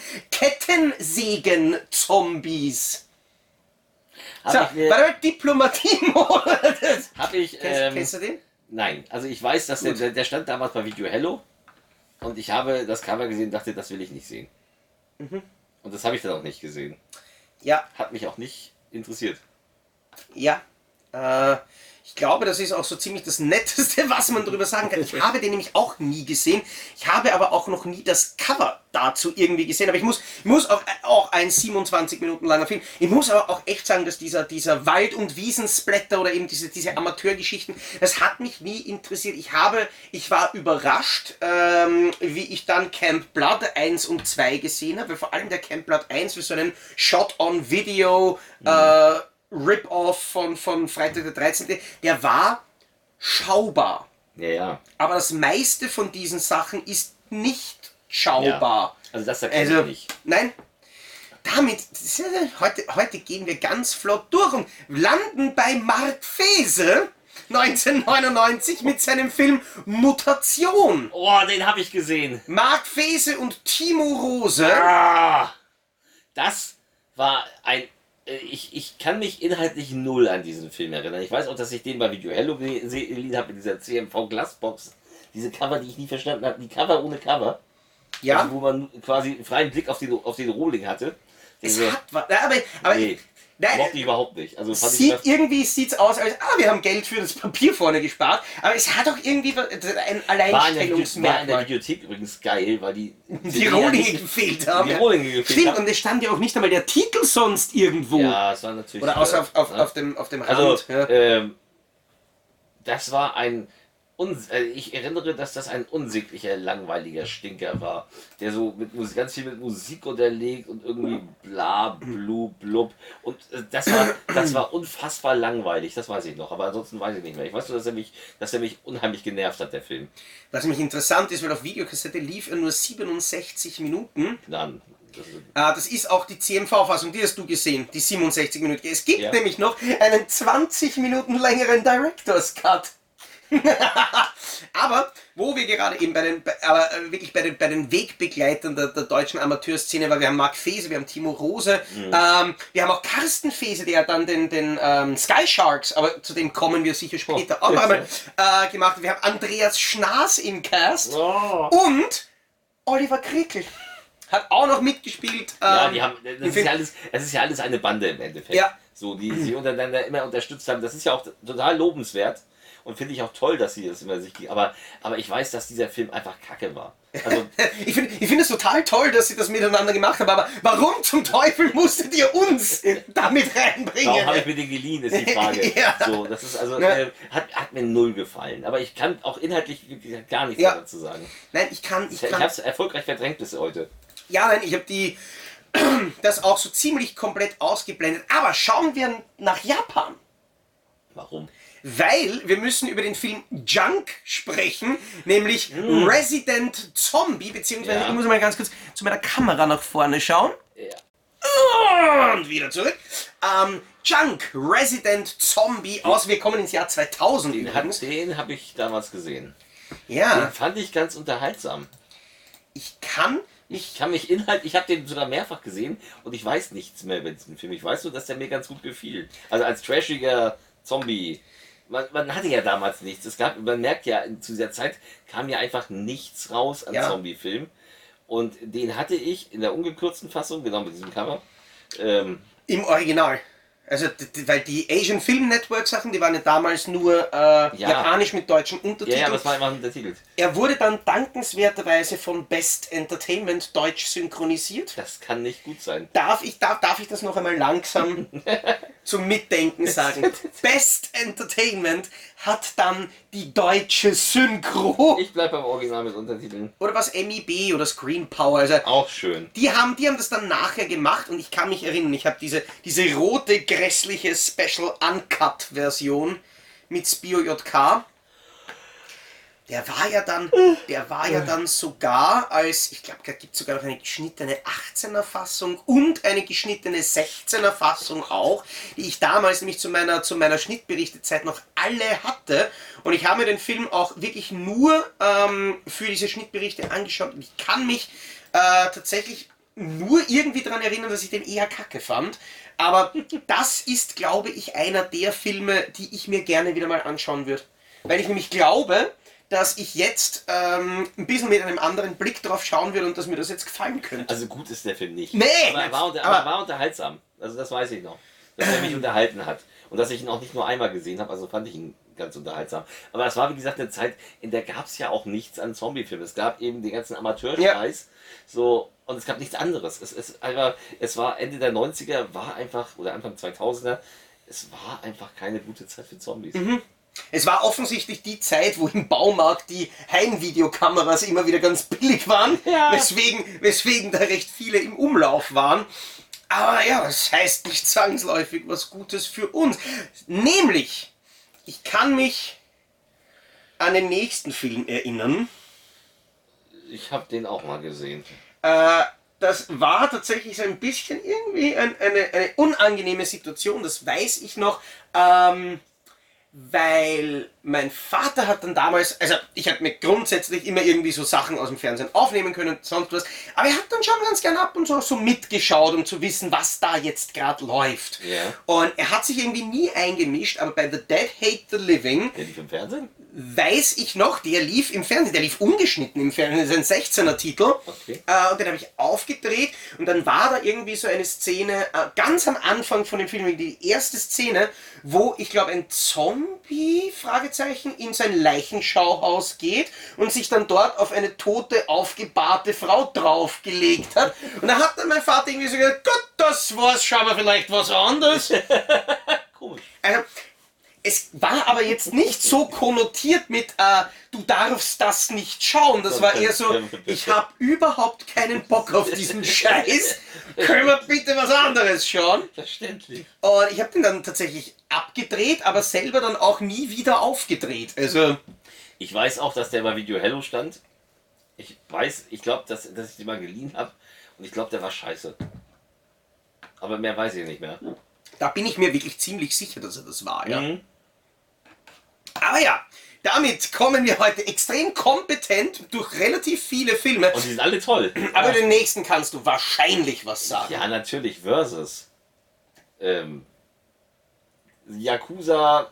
Kettensägen-Zombies. Hab So, ich, mir, warte mal, Diplomatie-Modus. hab ich Kennst, ähm, kennst du den? nein, also ich weiß, dass der, Gut. der, der stand damals bei Video Hello und ich habe das Cover gesehen und dachte, das will ich nicht sehen. Mhm. Und das habe ich dann auch nicht gesehen. Ja, Hat mich auch nicht interessiert. ja. Äh, ich glaube, das ist auch so ziemlich das Netteste, was man darüber sagen kann. Ich habe den nämlich auch nie gesehen. Ich habe aber auch noch nie das Cover dazu irgendwie gesehen. Aber ich muss, ich muss auch, auch ein siebenundzwanzig Minuten langer Film. Ich muss aber auch echt sagen, dass dieser, dieser Wald- und Wiesensplatter oder eben diese, diese Amateurgeschichten, das hat mich nie interessiert. Ich habe, ich war überrascht, ähm, wie ich dann Camp Blood eins und zwei gesehen habe. Weil vor allem der Camp Blood eins für so einen Shot-on-Video, mhm. äh, Rip-Off von, von Freitag der dreizehnte Der war schaubar. Ja, ja. Aber das meiste von diesen Sachen ist nicht schaubar. Ja. Also das erkenne Also, ich nicht. nein. Damit, heute, heute gehen wir ganz flott durch und landen bei Mark Fese neunzehnhundertneunundneunzig mit seinem Film Mutation. Oh, den habe ich gesehen. Mark Fese und Timo Rose. Ah, das war ein... Ich, ich kann mich inhaltlich null an diesen Film erinnern. Ich weiß auch, dass ich den bei Video Hello gesehen habe, mit dieser C M V-Glasbox. Diese Cover, die ich nie verstanden habe. Die Cover ohne Cover. Ja. Also, wo man quasi einen freien Blick auf den, auf den Rohling hatte. Es Also, hat was. Aber, aber nee, nein, mochte ich überhaupt nicht. Also fand Sieht, ich irgendwie sieht es aus, als ah, wir haben Geld für das Papier vorne gespart, aber es hat auch irgendwie was- ein war in, der Video, war in der Alleinstellungsmerkmal. Videothek übrigens geil, weil die Die Rohlinge gefehlt haben. Die ja. Rohlinge gefehlt Stimmt, haben. und es stand ja auch nicht einmal der Titel sonst irgendwo. Ja, es war natürlich... Oder außer auf, auf, ja. auf, dem, auf dem Rand. Also, ja. ähm, das war ein... uns- äh, Ich erinnere, dass das ein unsäglicher, langweiliger Stinker war, der so mit Musik, ganz viel mit Musik unterlegt und irgendwie bla, blu, blub. Und äh, das war, das war unfassbar langweilig, das weiß ich noch, aber ansonsten weiß ich nicht mehr. Ich weiß nur, dass er mich, dass er mich unheimlich genervt hat, der Film. Was nämlich interessant ist, weil auf Videokassette lief er nur siebenundsechzig Minuten. Dann. Das ist, Ah, das ist auch die C M V-Fassung, die hast du gesehen, die siebenundsechzig Minuten. Es gibt Ja. nämlich noch einen zwanzig Minuten längeren Director's Cut. Aber wo wir gerade eben bei den, bei, aber äh, wirklich bei den, bei den Wegbegleitern der, der deutschen Amateurszene, weil wir haben Mark Fese, wir haben Timo Rose, Mhm. ähm, wir haben auch Carsten Fese, der dann den, den ähm, Sky Sharks, aber zu dem kommen wir sicher später Oh, auch noch jetzt, einmal äh, gemacht. Wir haben Andreas Schnaas im Cast oh. und Oliver Krickel hat auch noch mitgespielt. Ja, ähm, die haben, im das ist Film. ja alles, das ist ja alles eine Bande im Endeffekt. Ja. So, die sich untereinander immer unterstützt haben. Das ist ja auch total lobenswert und finde ich auch toll, dass sie das immer sich, aber, aber ich weiß, dass dieser Film einfach Kacke war. Also, Ich finde ich find es total toll, dass sie das miteinander gemacht haben, aber warum zum Teufel musstet ihr uns damit reinbringen? warum habe ich mir den geliehen, ist die Frage. Ja. So, das ist also, Ja. äh, hat, hat mir null gefallen. Aber ich kann auch inhaltlich gar nichts Ja. dazu sagen. Nein, ich kann, ich Ich kann. habe es erfolgreich verdrängt bis heute. Ja, nein, ich habe die das auch so ziemlich komplett ausgeblendet. Aber schauen wir nach Japan. Warum? Weil wir müssen über den Film Junk sprechen, nämlich mm. Resident Zombie, beziehungsweise Ja. ich muss mal ganz kurz zu meiner Kamera nach vorne schauen. Ja. Und wieder zurück. Ähm, Junk, Resident Zombie aus, wir kommen ins Jahr zweitausend Den, hat- übrigens. den habe ich damals gesehen. Ja, Den fand ich ganz unterhaltsam. ich kann Ich kann mich inhalt, ich habe den sogar mehrfach gesehen und ich weiß nichts mehr über diesen Film. Ich weiß nur, dass der mir ganz gut gefiel. Also als trashiger Zombie. Man, man hatte ja damals nichts. Es gab, man merkt ja, zu dieser Zeit kam ja einfach nichts raus an Ja. Zombie-Filmen. Und den hatte ich in der ungekürzten Fassung, genau mit diesem Cover. Ähm, im Original. Also, d- d- weil die Asian Film Network Sachen, die waren ja damals nur äh, japanisch mit deutschen ja, Untertiteln. ja, das war einfach untertitelt. Er wurde dann dankenswerterweise von Best Entertainment deutsch synchronisiert. Das kann nicht gut sein. Darf ich, darf, darf ich das noch einmal langsam zum Mitdenken sagen? Best Entertainment hat dann die deutsche Synchro. Ich bleib beim Original mit Untertiteln. Oder was M I B oder Screen Power. Also, Auch schön. die haben, die haben das dann nachher gemacht und ich kann mich erinnern, ich habe diese, diese rote, grässliche Special Uncut Version mit Spio J K. Der war ja dann, der war ja dann sogar als, ich glaube, da gibt es sogar noch eine geschnittene achtzehner Fassung und eine geschnittene sechzehner Fassung auch, die ich damals nämlich zu meiner, zu meiner Schnittberichtezeit noch alle hatte. Und ich habe mir den Film auch wirklich nur ähm, für diese Schnittberichte angeschaut und ich kann mich äh, tatsächlich nur irgendwie daran erinnern, dass ich den eher kacke fand. Aber das ist, glaube ich, einer der Filme, die ich mir gerne wieder mal anschauen würde. Weil ich nämlich glaube, dass ich jetzt ähm, ein bisschen mit einem anderen Blick drauf schauen würde und dass mir das jetzt gefallen könnte. Also gut ist der Film nicht. Nee, Aber er war, unter, aber- aber er war unterhaltsam. Also das weiß ich noch. Dass er mich unterhalten hat. Und dass ich ihn auch nicht nur einmal gesehen habe, also fand ich ihn ganz unterhaltsam. Aber es war, wie gesagt, eine Zeit, in der gab es ja auch nichts an Zombie-Filmen. Es gab eben den ganzen Amateurscheiß. So, und es gab nichts anderes. Es, es, einfach, es war Ende der neunziger, war einfach, oder Anfang zweitausender, es war einfach keine gute Zeit für Zombies. Es war offensichtlich die Zeit, wo im Baumarkt die Heimvideokameras immer wieder ganz billig waren, Ja. weswegen, weswegen da recht viele im Umlauf waren. Aber ja, das heißt nicht zwangsläufig was Gutes für uns. Nämlich, ich kann mich an den nächsten Film erinnern. Ich habe den auch mal gesehen. Äh, das war tatsächlich so ein bisschen irgendwie ein, eine, eine unangenehme Situation, das weiß ich noch. Ähm, weil mein Vater hat dann damals, also ich habe mir grundsätzlich immer irgendwie so Sachen aus dem Fernsehen aufnehmen können und sonst was, aber er hat dann schon ganz gern ab und zu so mitgeschaut, um zu wissen, was da jetzt gerade läuft. Ja. Und er hat sich irgendwie nie eingemischt, aber bei The Dead Hate the Living Der lief im Fernsehen? weiß ich noch, der lief im Fernsehen, der lief ungeschnitten im Fernsehen, das ist ein sechzehner Titel. Okay. Äh, und den habe ich aufgedreht und dann war da irgendwie so eine Szene, äh, ganz am Anfang von dem Film, die erste Szene, wo ich glaube ein Zombie, Fragezeichen, in sein Leichenschauhaus geht und sich dann dort auf eine tote, aufgebahrte Frau draufgelegt hat. Und da hat dann mein Vater irgendwie so gesagt, Gott, das war's, schauen wir vielleicht was anderes. Komisch. Also, es war aber jetzt nicht so konnotiert mit, äh, du darfst das nicht schauen. Das war eher so, ich habe überhaupt keinen Bock auf diesen Scheiß. Können wir bitte was anderes schauen? Verständlich. Und ich habe den dann tatsächlich abgedreht, aber selber dann auch nie wieder aufgedreht. Also, Ich weiß auch, dass der bei Video Hello stand. Ich weiß, ich glaube, dass, dass ich den mal geliehen habe. Und ich glaube, der war scheiße. Aber mehr weiß ich nicht mehr. da bin ich mir wirklich ziemlich sicher, dass er das war. Ja. Mhm. Aber ja, damit kommen wir heute extrem kompetent durch relativ viele Filme. Und die sind alle toll. Aber den nächsten kannst du wahrscheinlich was sagen. Ja, natürlich. Versus. Ähm, Yakuza,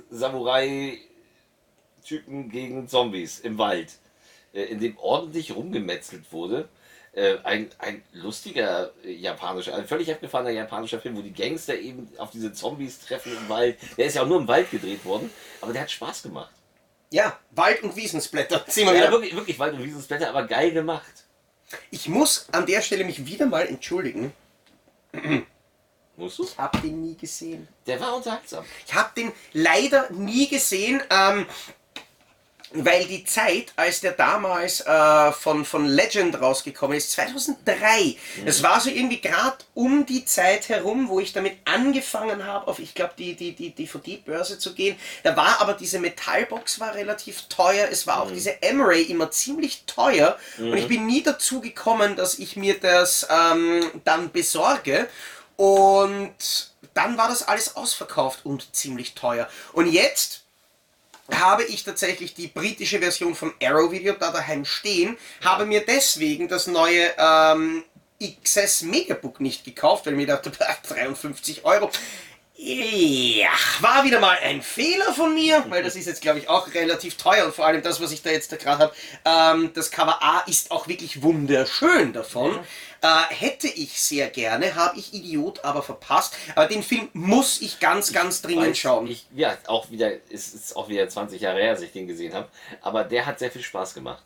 Samurai-Typen gegen Zombies im Wald. Äh, in dem ordentlich rumgemetzelt wurde. Äh, ein, ein lustiger äh, japanischer, ein völlig abgefahrener japanischer Film, wo die Gangster eben auf diese Zombies treffen im Wald. Der ist ja auch nur im Wald gedreht worden, aber der hat Spaß gemacht. Ja, Wald- und Wiesensblätter. Sehen wir Ja, wieder. wirklich, wirklich Wald- und Wiesensblätter, aber geil gemacht. Ich muss an der Stelle mich wieder mal entschuldigen. Musst du? Ich habe den nie gesehen. Der war unterhaltsam. Ich habe den leider nie gesehen. Ähm, weil die Zeit, als der damals äh, von, von Legend rausgekommen ist, zweitausenddrei, mhm. das war so irgendwie gerade um die Zeit herum, wo ich damit angefangen habe, auf, ich glaube, die, die, die D V D-Börse zu gehen. Da war aber diese Metallbox war relativ teuer, es war auch mhm. diese M-Ray immer ziemlich teuer mhm. und ich bin nie dazu gekommen, dass ich mir das ähm, dann besorge. Und dann war das alles ausverkauft und ziemlich teuer. Und jetzt habe ich tatsächlich die britische Version vom Arrow Video da daheim stehen, habe mir deswegen das neue ähm, X S Mediabook nicht gekauft, weil ich mir dachte, dreiundfünfzig Euro. Ja, war wieder mal ein Fehler von mir, weil das ist jetzt, glaube ich, auch relativ teuer und vor allem das, was ich da jetzt da gerade habe, ähm, das Cover A ist auch wirklich wunderschön davon. Ja. Äh, hätte ich sehr gerne, habe ich Idiot aber verpasst, aber den Film muss ich ganz, ganz dringend weiß, schauen. Ich, ja, auch wieder, es ist auch wieder zwanzig Jahre her, dass ich den gesehen habe, aber der hat sehr viel Spaß gemacht.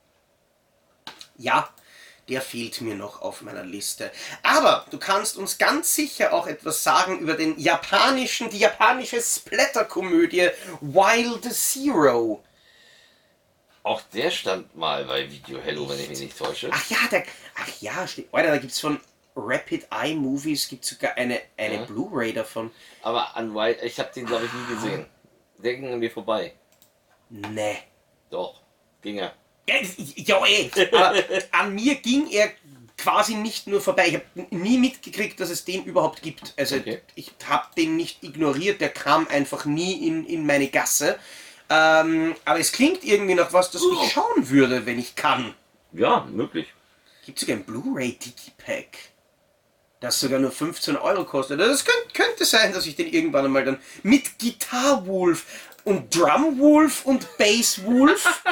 Ja. Der fehlt mir noch auf meiner Liste. Aber du kannst uns ganz sicher auch etwas sagen über den japanischen, die japanische Splatter-Komödie Wild Zero. Auch der stand mal bei Video Hello, wenn ich mich nicht täusche. Ach ja, der, ach ja, steht, Alter, da gibt es von Rapid Eye Movies gibt sogar eine, eine ja. Blu-ray davon. Aber an Wild, ich habe den glaube ich nie gesehen. Der ging an mir vorbei. Nee. Doch, ging er. Ja, ey, aber an mir ging er quasi nicht nur vorbei. Ich habe nie mitgekriegt, dass es den überhaupt gibt. Also okay. ich habe den nicht ignoriert, der kam einfach nie in, in meine Gasse. Ähm, aber es klingt irgendwie nach was, das ich schauen würde, wenn ich kann. Ja, möglich. Gibt es sogar ein Blu-ray Digipack, das sogar nur fünfzehn Euro kostet. Das könnte, könnte sein, dass ich den irgendwann einmal dann mit Guitar Wolf und Drum Wolf und Bass Wolf...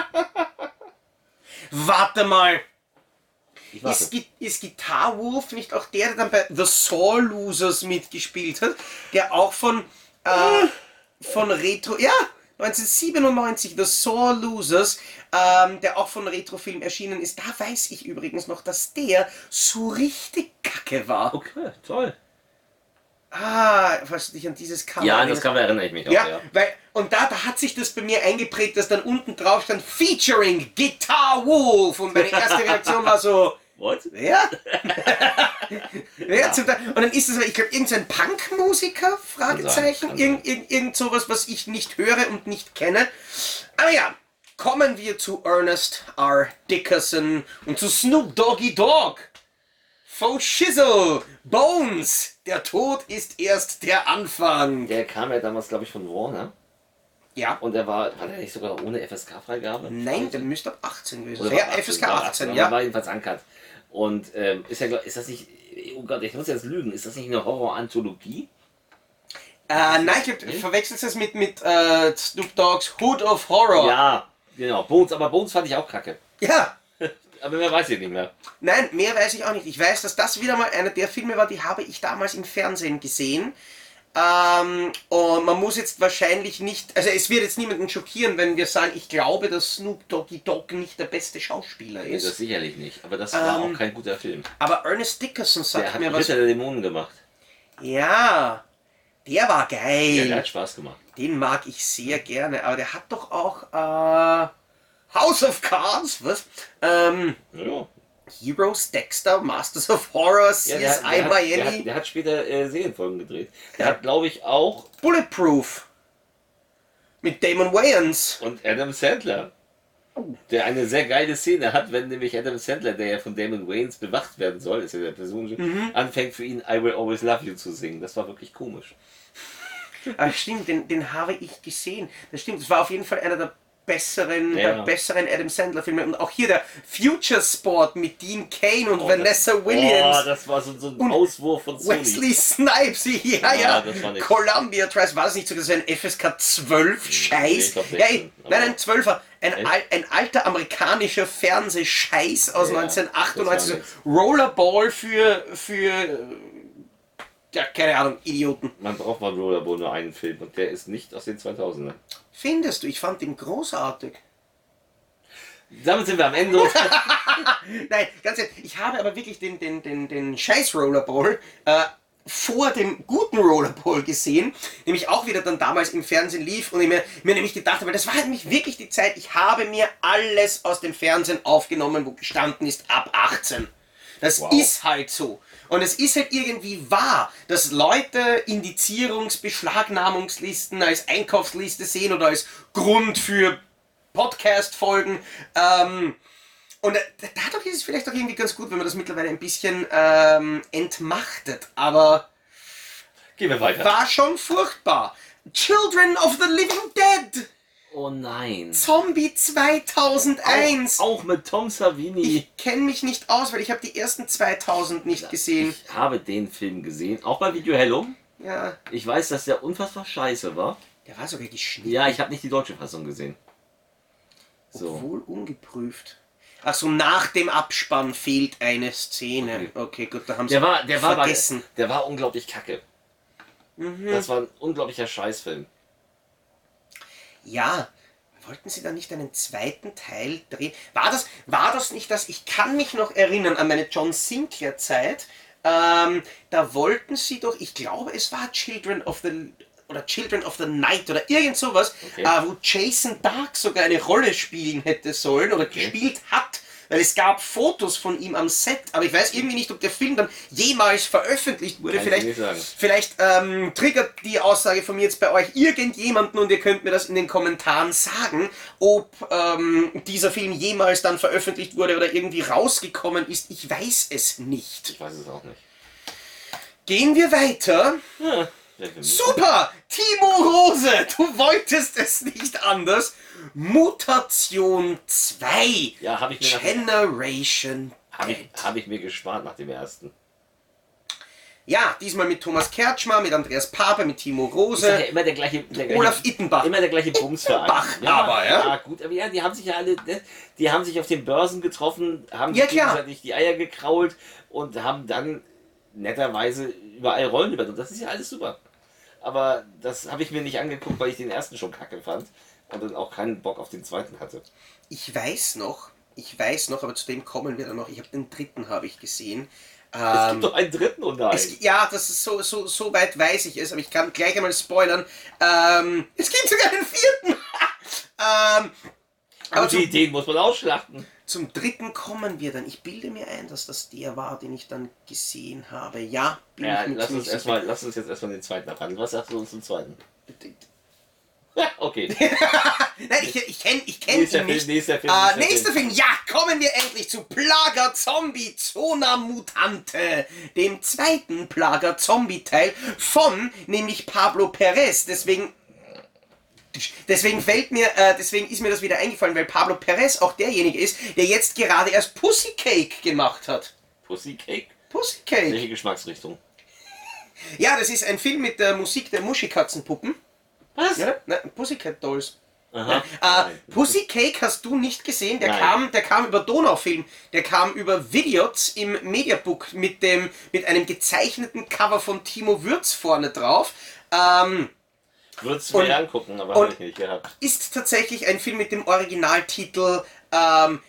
Warte mal. Ist, ist Guitar Wolf nicht auch der, der dann bei The Saw Losers mitgespielt hat? Der auch von, äh, von Retro... Ja, neunzehnhundertsiebenundneunzig, The Saw Losers, ähm, der auch von Retrofilm erschienen ist. Da weiß ich übrigens noch, dass der so richtig kacke war. Okay, toll. Ah, falls du dich an dieses Cover Ja, an das Cover erinnere ich mich auch, ja. ja. Weil, und da, da hat sich das bei mir eingeprägt, dass dann unten drauf stand Featuring Guitar Wolf. Und meine erste Reaktion war so... What? Ja? ja zum Teil. Und dann ist es, ich glaube, irgendein Punkmusiker? Fragezeichen. Irgend, irgend, irgend sowas, was ich nicht höre und nicht kenne. Aber ja, kommen wir zu Ernest R. Dickerson und zu Snoop Doggy Dogg. Faux Shizzle, Bones, der Tod ist erst der Anfang. Der kam ja damals, glaube ich, von Warner. Ja. Und der war, war der nicht sogar ohne F S K-Freigabe? Nein, der müsste ab achtzehn gewesen sein. Ja, F S K achtzehn, ja. Der war jedenfalls ankert. Und ähm, ist, ja, ist das nicht, oh Gott, ich muss jetzt lügen, ist das nicht eine Horror-Anthologie? Äh, nein, ich glaub, du verwechselst es mit, mit äh, Snoop Dogg's Hood of Horror. Ja, genau. Bones, aber Bones fand ich auch kacke. Ja. Aber mehr weiß ich nicht mehr. Nein, mehr weiß ich auch nicht. Ich weiß, dass das wieder mal einer der Filme war, die habe ich damals im Fernsehen gesehen. Ähm, und man muss jetzt wahrscheinlich nicht, also es wird jetzt niemanden schockieren, wenn wir sagen, ich glaube, dass Snoop Doggy Dogg nicht der beste Schauspieler ist. Nee, das sicherlich nicht, aber das war ähm, auch kein guter Film. Aber Ernest Dickerson sagt der hat mir was. Ritter der Dämonen gemacht. Ja, der war geil. Ja, der hat Spaß gemacht. Den mag ich sehr gerne, aber der hat doch auch äh, House of Cards, was? Ähm, ja. Heroes, Dexter, Masters of Horror, C S I ja, der, der Miami. Hat, der, hat, der hat später äh, Serienfolgen gedreht. Der ja. hat, glaube ich, auch... Bulletproof. Mit Damon Wayans. Und Adam Sandler. Der eine sehr geile Szene hat, wenn nämlich Adam Sandler, der ja von Damon Wayans bewacht werden soll, ist ja der Person, mhm. anfängt für ihn I Will Always Love You zu singen. Das war wirklich komisch. Ach stimmt, den, den habe ich gesehen. Das stimmt, das war auf jeden Fall einer der besseren, ja. der besseren Adam Sandler Filme. Und auch hier der Future Sport mit Dean Cain und oh, Vanessa das, Williams. Oh, das war so, so ein Auswurf von Sony. Wesley Snipes, ja, ja. ja. Das war Columbia Trials, war das nicht so, das wäre ein F S K zwölf Scheiß? Nee, ja, ey, nein, ein zwölfer. Ein, al ein alter amerikanischer Fernsehscheiß aus ja, neunzehnhundertachtundneunzig. Rollerball für, für, ja, keine Ahnung, Idioten. Man braucht mal Rollerball nur einen Film und der ist nicht aus den zweitausendern. Findest du? Ich fand den großartig. Damit sind wir am Ende. Nein, ganz ehrlich, ich habe aber wirklich den, den, den, den Scheiß Rollerball äh, vor dem guten Rollerball gesehen, nämlich auch wieder dann damals im Fernsehen lief und ich mir, mir nämlich gedacht habe, das war nämlich wirklich die Zeit, ich habe mir alles aus dem Fernsehen aufgenommen, wo gestanden ist, ab achtzehn. Das Wow. ist halt so. Und es ist halt irgendwie wahr, dass Leute Indizierungs-, Beschlagnahmungslisten als Einkaufsliste sehen oder als Grund für Podcast-Folgen. Ähm, und dadurch ist es vielleicht auch irgendwie ganz gut, wenn man das mittlerweile ein bisschen ähm, entmachtet. Aber Gehen wir weiter. war schon furchtbar. Children of the Living Dead. Oh nein. Zombie zweitausendeins. Auch, auch mit Tom Savini. Ich kenne mich nicht aus, weil ich habe die ersten zweitausend nicht gesehen. Ich habe den Film gesehen, auch bei Video Hello. Ja, Ich weiß, dass der unfassbar scheiße war. der war sogar geschnitten. Ja, ich habe nicht die deutsche Fassung gesehen. So. Obwohl ungeprüft. Ach so, nach dem Abspann fehlt eine Szene. Okay. Okay, gut, da haben sie Der war, der war, vergessen. bei- der war unglaublich kacke. Das war ein unglaublicher Scheißfilm. Ja, wollten sie da nicht einen zweiten Teil drehen? War das, war das nicht das? Ich kann mich noch erinnern an meine John Sinclair Zeit. Ähm, da wollten sie doch, ich glaube, es war Children of the oder Children of the Night oder irgend sowas, Okay. äh, wo Jason Dark sogar eine Rolle spielen hätte sollen oder Okay. gespielt hat. Weil es gab Fotos von ihm am Set, aber ich weiß irgendwie nicht, ob der Film dann jemals veröffentlicht wurde. Kann ich Vielleicht, nicht sagen. vielleicht ähm, triggert die Aussage von mir jetzt bei euch irgendjemanden und ihr könnt mir das in den Kommentaren sagen, ob ähm, dieser Film jemals dann veröffentlicht wurde oder irgendwie rausgekommen ist. Ich weiß es nicht. Ich weiß es auch nicht. Gehen wir weiter. Ja, der Film ist- Super! Timo Rose, du wolltest es nicht anders. Mutation zwei. Ja, habe ich, mir nach- Generation hab ich, Dead. hab ich mir gespart nach dem ersten. Ja, diesmal mit Thomas Kertschmer, mit Andreas Pape, mit Timo Ich sag ja Rose, immer der gleiche, der gleiche Olaf Ittenbach. Immer der gleiche Bumsverein. Ittenbach, ja, aber, ja. Ja, gut, aber ja, die haben sich ja alle, ne, die haben sich auf den Börsen getroffen, haben Ja, sich klar. gegenseitig die Eier gekrault und haben dann netterweise überall Rollen übernommen. Das ist ja alles super. Aber das habe ich mir nicht angeguckt, weil ich den ersten schon kacke fand und dann auch keinen Bock auf den zweiten hatte. Ich weiß noch, ich weiß noch, aber zu dem kommen wir dann noch. Ich habe den dritten habe ich gesehen. Es Ähm, gibt doch einen dritten und nein. es, ja, das ist so, so, so weit weiß ich es, aber ich kann gleich einmal spoilern. Ähm, es gibt sogar einen vierten. ähm, aber Aber die zum, Ideen muss man ausschlachten. zum dritten kommen wir dann. Ich bilde mir ein, dass das der war, den ich dann gesehen habe. Ja, bin Ja, ich mir lass ziemlich uns, erstmal, lass uns jetzt erstmal den zweiten abhandeln. Was sagst du uns zum zweiten? sicher. Ja, okay. Nein, ich, ich kenne ich kenn Nächster ihn Film, nicht. nächster Film, Äh, nächster nächster Film. Ja, kommen wir endlich zu Plaga Zombie Zona Mutante, dem zweiten Plaga Zombie Teil von nämlich Pablo Perez. Deswegen Deswegen fällt mir, äh, deswegen ist mir das wieder eingefallen, weil Pablo Perez auch derjenige ist, der jetzt gerade erst Pussy Cake gemacht hat. Pussy Cake? Pussy Cake. Welche Geschmacksrichtung? Ja, das ist ein Film mit der Musik der Muschikatzenpuppen. Was? Ja, ne? Pussycat Dolls. Aha. Äh, Nein. Pussy Cake hast du nicht gesehen, der Nein. kam, der kam über Donaufilm, der kam über Videos im Mediabook mit dem, mit einem gezeichneten Cover von Timo Würz vorne drauf. Ähm, Würdest Und- du mir angucken, aber und- habe ich nicht gehabt. ist tatsächlich ein Film mit dem Originaltitel ähm,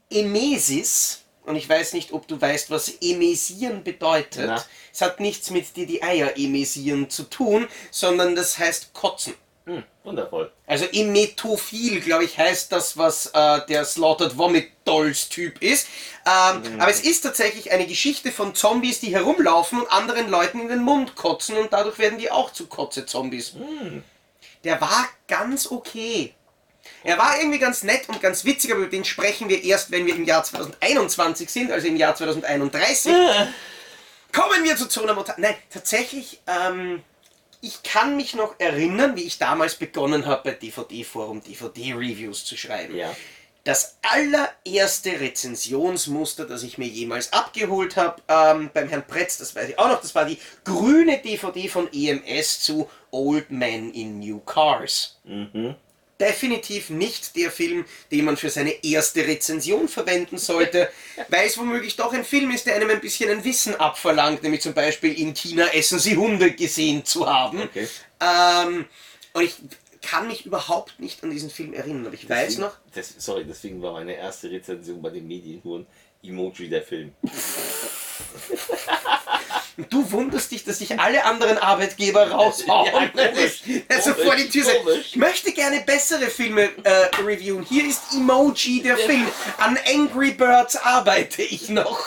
Emesis. Und ich weiß nicht, ob du weißt, was emesieren bedeutet. Na. Es hat nichts mit dir die Eier emesieren zu tun, sondern das heißt kotzen. Hm, wundervoll. Also emetophil, glaube ich, heißt das, was äh, der Slaughtered Vomit Dolls Typ ist. Ähm, Mhm. Aber es ist tatsächlich eine Geschichte von Zombies, die herumlaufen und anderen Leuten in den Mund kotzen und dadurch werden die auch zu Kotze-Zombies. Hm. Der war ganz okay. Er war irgendwie ganz nett und ganz witzig, aber über den sprechen wir erst, wenn wir im Jahr zweitausendeinundzwanzig sind, also im Jahr zweitausendeinunddreißig. Ah. Kommen wir zu Zona Mutant. Nein, tatsächlich, ähm, ich kann mich noch erinnern, wie ich damals begonnen habe, bei D V D-Forum D V D-Reviews zu schreiben. Ja. Das allererste Rezensionsmuster, das ich mir jemals abgeholt habe, ähm, beim Herrn Pretz, das weiß ich auch noch, das war die grüne D V D von E M S zu Old Men in New Cars. Mhm. Definitiv nicht der Film, den man für seine erste Rezension verwenden sollte, weil es womöglich doch ein Film ist, der einem ein bisschen ein Wissen abverlangt, nämlich zum Beispiel in China essen sie Hunde gesehen zu haben. Okay. Ähm, und ich kann mich überhaupt nicht an diesen Film erinnern, aber ich weiß Deswegen- noch, Das, sorry, deswegen war meine erste Rezension bei den Medien nur ein Emoji der Film. Und du wunderst dich, dass sich alle anderen Arbeitgeber raushauen. Ja, komisch, Also komisch, vor die Tür sagen, komisch. ich möchte gerne bessere Filme äh, reviewen. Hier ist Emoji, der Film. An Angry Birds arbeite ich noch.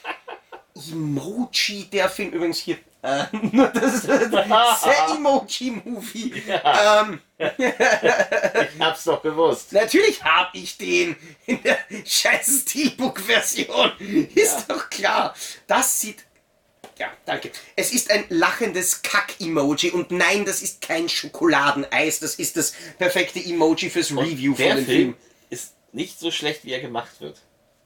Emoji, der Film. Übrigens hier. Äh, nur das sehr Emoji-Movie. Ja. Ähm, Ich hab's doch gewusst. natürlich habe ich den in der scheiß Steelbook-Version. Ist Ja. doch klar. Das sieht... Ja, danke. Es ist ein lachendes Kack-Emoji und nein, das ist kein Schokoladeneis. Das ist das perfekte Emoji fürs Und Review der von dem Film Film. ist nicht so schlecht, wie er gemacht wird.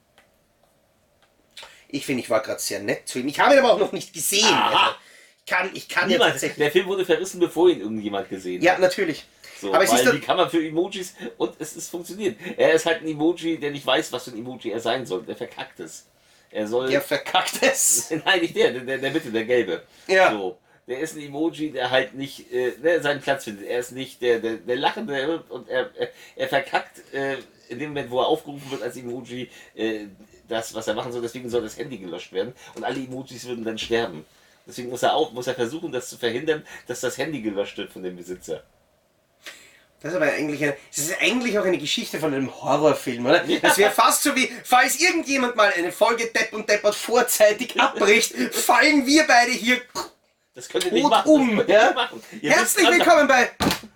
Ich finde, ich war gerade sehr nett zu ihm. Ich habe ihn aber auch noch nicht gesehen. Aha. Also, ich kann, ich kann ja Niemand. tatsächlich... Der Film wurde verrissen, bevor ihn irgendjemand gesehen Ja, hat. natürlich. So, aber es weil ist dann, wie kann man für Emojis und es ist funktioniert. Er ist halt ein Emoji, der nicht weiß, was für ein Emoji er sein soll. Der verkackt es. Er soll. der verkackt es. Nein, nicht der, der, der Mitte, der gelbe. Ja. So. Der ist ein Emoji, der halt nicht äh, ne, seinen Platz findet. Er ist nicht der, der, der Lachende und er, er, er verkackt äh, in dem Moment, wo er aufgerufen wird als Emoji, äh, das, was er machen soll. Deswegen soll das Handy gelöscht werden und alle Emojis würden dann sterben. Deswegen muss er auch, muss er versuchen, das zu verhindern, dass das Handy gelöscht wird von dem Besitzer. Das ist aber eigentlich eine, das ist eigentlich auch eine Geschichte von einem Horrorfilm, oder? Ja. Das wäre fast so wie, falls irgendjemand mal eine Folge Depp und Deppert vorzeitig abbricht, fallen wir beide hier Das könnt ihr nicht tot machen. um. Das könnt ihr Ja? nicht machen. Ihr Herzlich wisst, willkommen bei...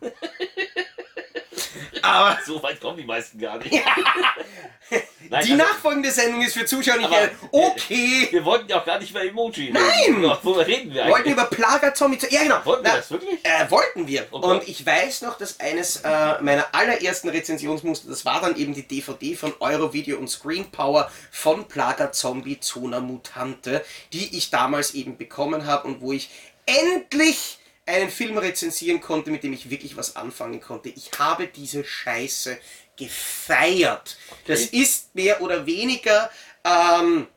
Aber So weit kommen die meisten gar nicht. Nein, die also, nachfolgende Sendung ist für Zuschauer nicht Aber, eine, okay. wir wollten ja auch gar nicht über Emoji Nein! reden. Worüber reden wir Wir wollten eigentlich? über Plaga-Zombie... Ja, genau. Wollten wir Na, das wirklich? Äh, wollten wir. Oh Gott. Und ich weiß noch, dass eines äh, meiner allerersten Rezensionsmuster, das war dann eben die D V D von Eurovideo und Screen Power von Plaga Zombie Zona Mutante, die ich damals eben bekommen habe und wo ich endlich einen Film rezensieren konnte, mit dem ich wirklich was anfangen konnte. Ich habe diese Scheiße gefeiert. Das ist mehr oder weniger ähm,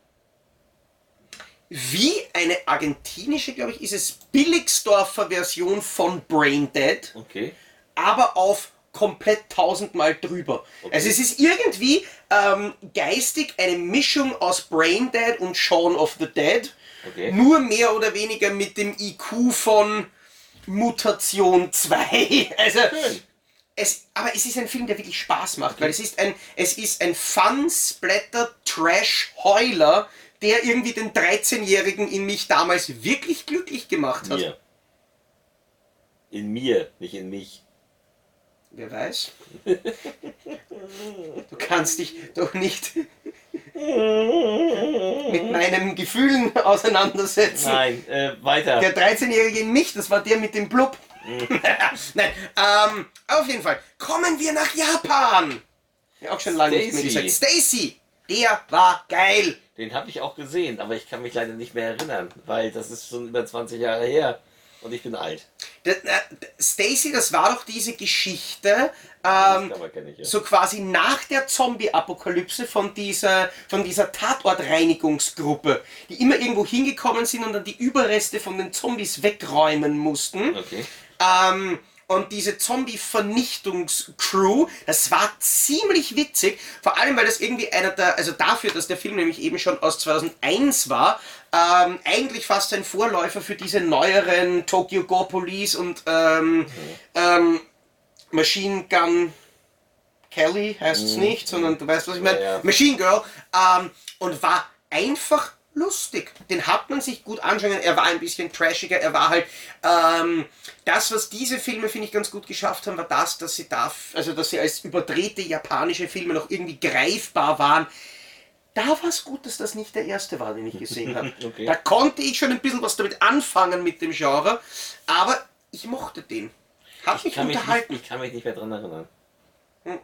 wie eine argentinische, glaube ich, ist es Billigsdorfer Version von Brain Dead, Okay. aber auf komplett tausendmal drüber. Okay. Also es ist irgendwie ähm, geistig eine Mischung aus Brain Dead und Shaun of the Dead, Okay. nur mehr oder weniger mit dem I Q von Mutation zwei. Also Schön. es, aber es ist ein Film, der wirklich Spaß macht, weil es ist ein, es ist ein Fun, Splatter, Trash, Heuler, der irgendwie den dreizehnjährigen in mich damals wirklich glücklich gemacht hat. Mir. In mir, nicht in mich. Wer weiß? Du kannst dich doch nicht mit meinen Gefühlen auseinandersetzen. Nein, äh, weiter. Der dreizehnjährige in mich, das war der mit dem Blub. Nein, ähm, auf jeden Fall. Kommen wir nach Japan. Ja, auch schon lange nicht mehr Stacy. gesagt. Stacy, der war geil. Den habe ich auch gesehen, aber ich kann mich leider nicht mehr erinnern, weil das ist schon über zwanzig Jahre her und ich bin alt. Der, äh, Stacy, das war doch diese Geschichte, Das ähm, aber kenne ich ja. so quasi nach der Zombie-Apokalypse von dieser, von dieser Tatortreinigungsgruppe, die immer irgendwo hingekommen sind und dann die Überreste von den Zombies wegräumen mussten. Okay. Ähm, und diese Zombie-Vernichtungscrew, das war ziemlich witzig, vor allem weil das irgendwie einer der, also dafür, dass der Film nämlich eben schon aus zweitausendeins war, ähm, eigentlich fast ein Vorläufer für diese neueren Tokyo Go Police und ähm, ähm, Machine Gun Kelly heißt es nicht, sondern du weißt, was ich meine, Ja, ja. Machine Girl, ähm, und war einfach lustig. Den hat man sich gut anschauen. Er war ein bisschen trashiger. Er war halt ähm, das, was diese Filme, finde ich, ganz gut geschafft haben, war das, dass sie da, also dass sie als überdrehte japanische Filme noch irgendwie greifbar waren. Da war es gut, dass das nicht der erste war, den ich gesehen habe. Okay. Da konnte ich schon ein bisschen was damit anfangen mit dem Genre, aber ich mochte den. Hat Ich mich kann mich, unterhalten. nicht, ich kann mich nicht mehr dran erinnern. Hm.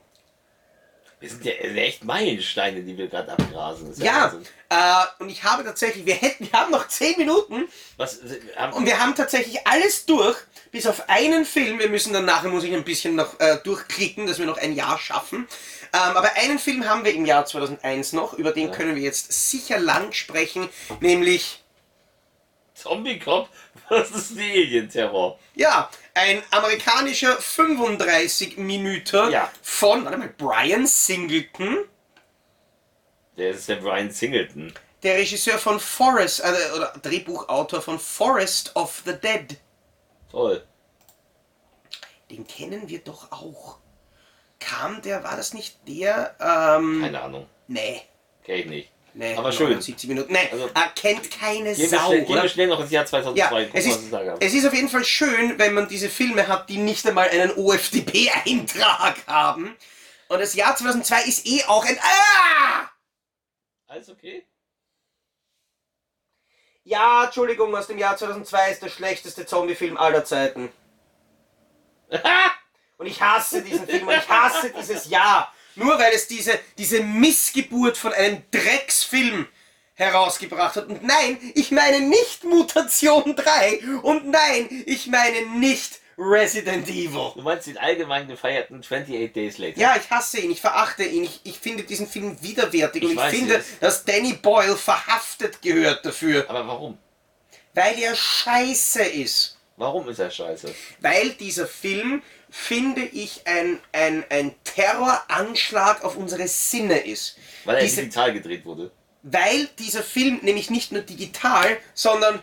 Wir sind ja echt Meilensteine, die wir gerade abgrasen. Das ist Ja, Wahnsinn. äh, und ich habe tatsächlich, wir hätten, wir haben noch zehn Minuten. Was, haben, Und wir haben tatsächlich alles durch, bis auf einen Film. Wir müssen dann nachher, muss ich ein bisschen noch äh, durchklicken, dass wir noch ein Jahr schaffen. Ähm, aber einen Film haben wir im Jahr zweitausendeins noch, über den Ja. können wir jetzt sicher lang sprechen, nämlich, Zombie Cop versus die Alien-Terror. ja, ein amerikanischer fünfunddreißig Minuten Ja. von, warte mal, Brian Singleton. Der ist der Brian Singleton. der Regisseur von Forest, äh, oder Drehbuchautor von Forest of the Dead. Toll. Den kennen wir doch auch. Kam der, war das nicht der? Ähm, Keine Ahnung. Nee. Kenn ich nicht. Nee, Aber schön. siebzig Minuten. Nee, Also, er kennt keine Gehen wir, Sau. schnell, gehen oder? wir schnell noch ins Jahr zweitausendzwei. Ja, Gucken, es ist, was ich sage. es ist auf jeden Fall schön, wenn man diese Filme hat, die nicht einmal einen O F D P-Eintrag haben. Und das Jahr zweitausendzwei ist eh auch ein... Ah! Alles okay? Ja, Entschuldigung, aus dem Jahr zweitausendzwei ist der schlechteste Zombie-Film aller Zeiten. Und ich hasse diesen Film und ich hasse dieses Jahr. Nur weil es diese, diese Missgeburt von einem Drecksfilm herausgebracht hat. Und nein, ich meine nicht Mutation drei. Und nein, ich meine nicht Resident Evil. Du meinst den allgemein gefeierten achtundzwanzig Days Later? Ja, ich hasse ihn, ich verachte ihn, ich, ich finde diesen Film widerwärtig Ich und ich weiß finde, es. dass Danny Boyle verhaftet gehört dafür. Aber warum? Weil er scheiße ist. Warum ist er scheiße? Weil dieser Film, finde ich, ein, ein, ein Terroranschlag auf unsere Sinne ist. Weil er Diese, digital gedreht wurde. weil dieser Film nämlich nicht nur digital, sondern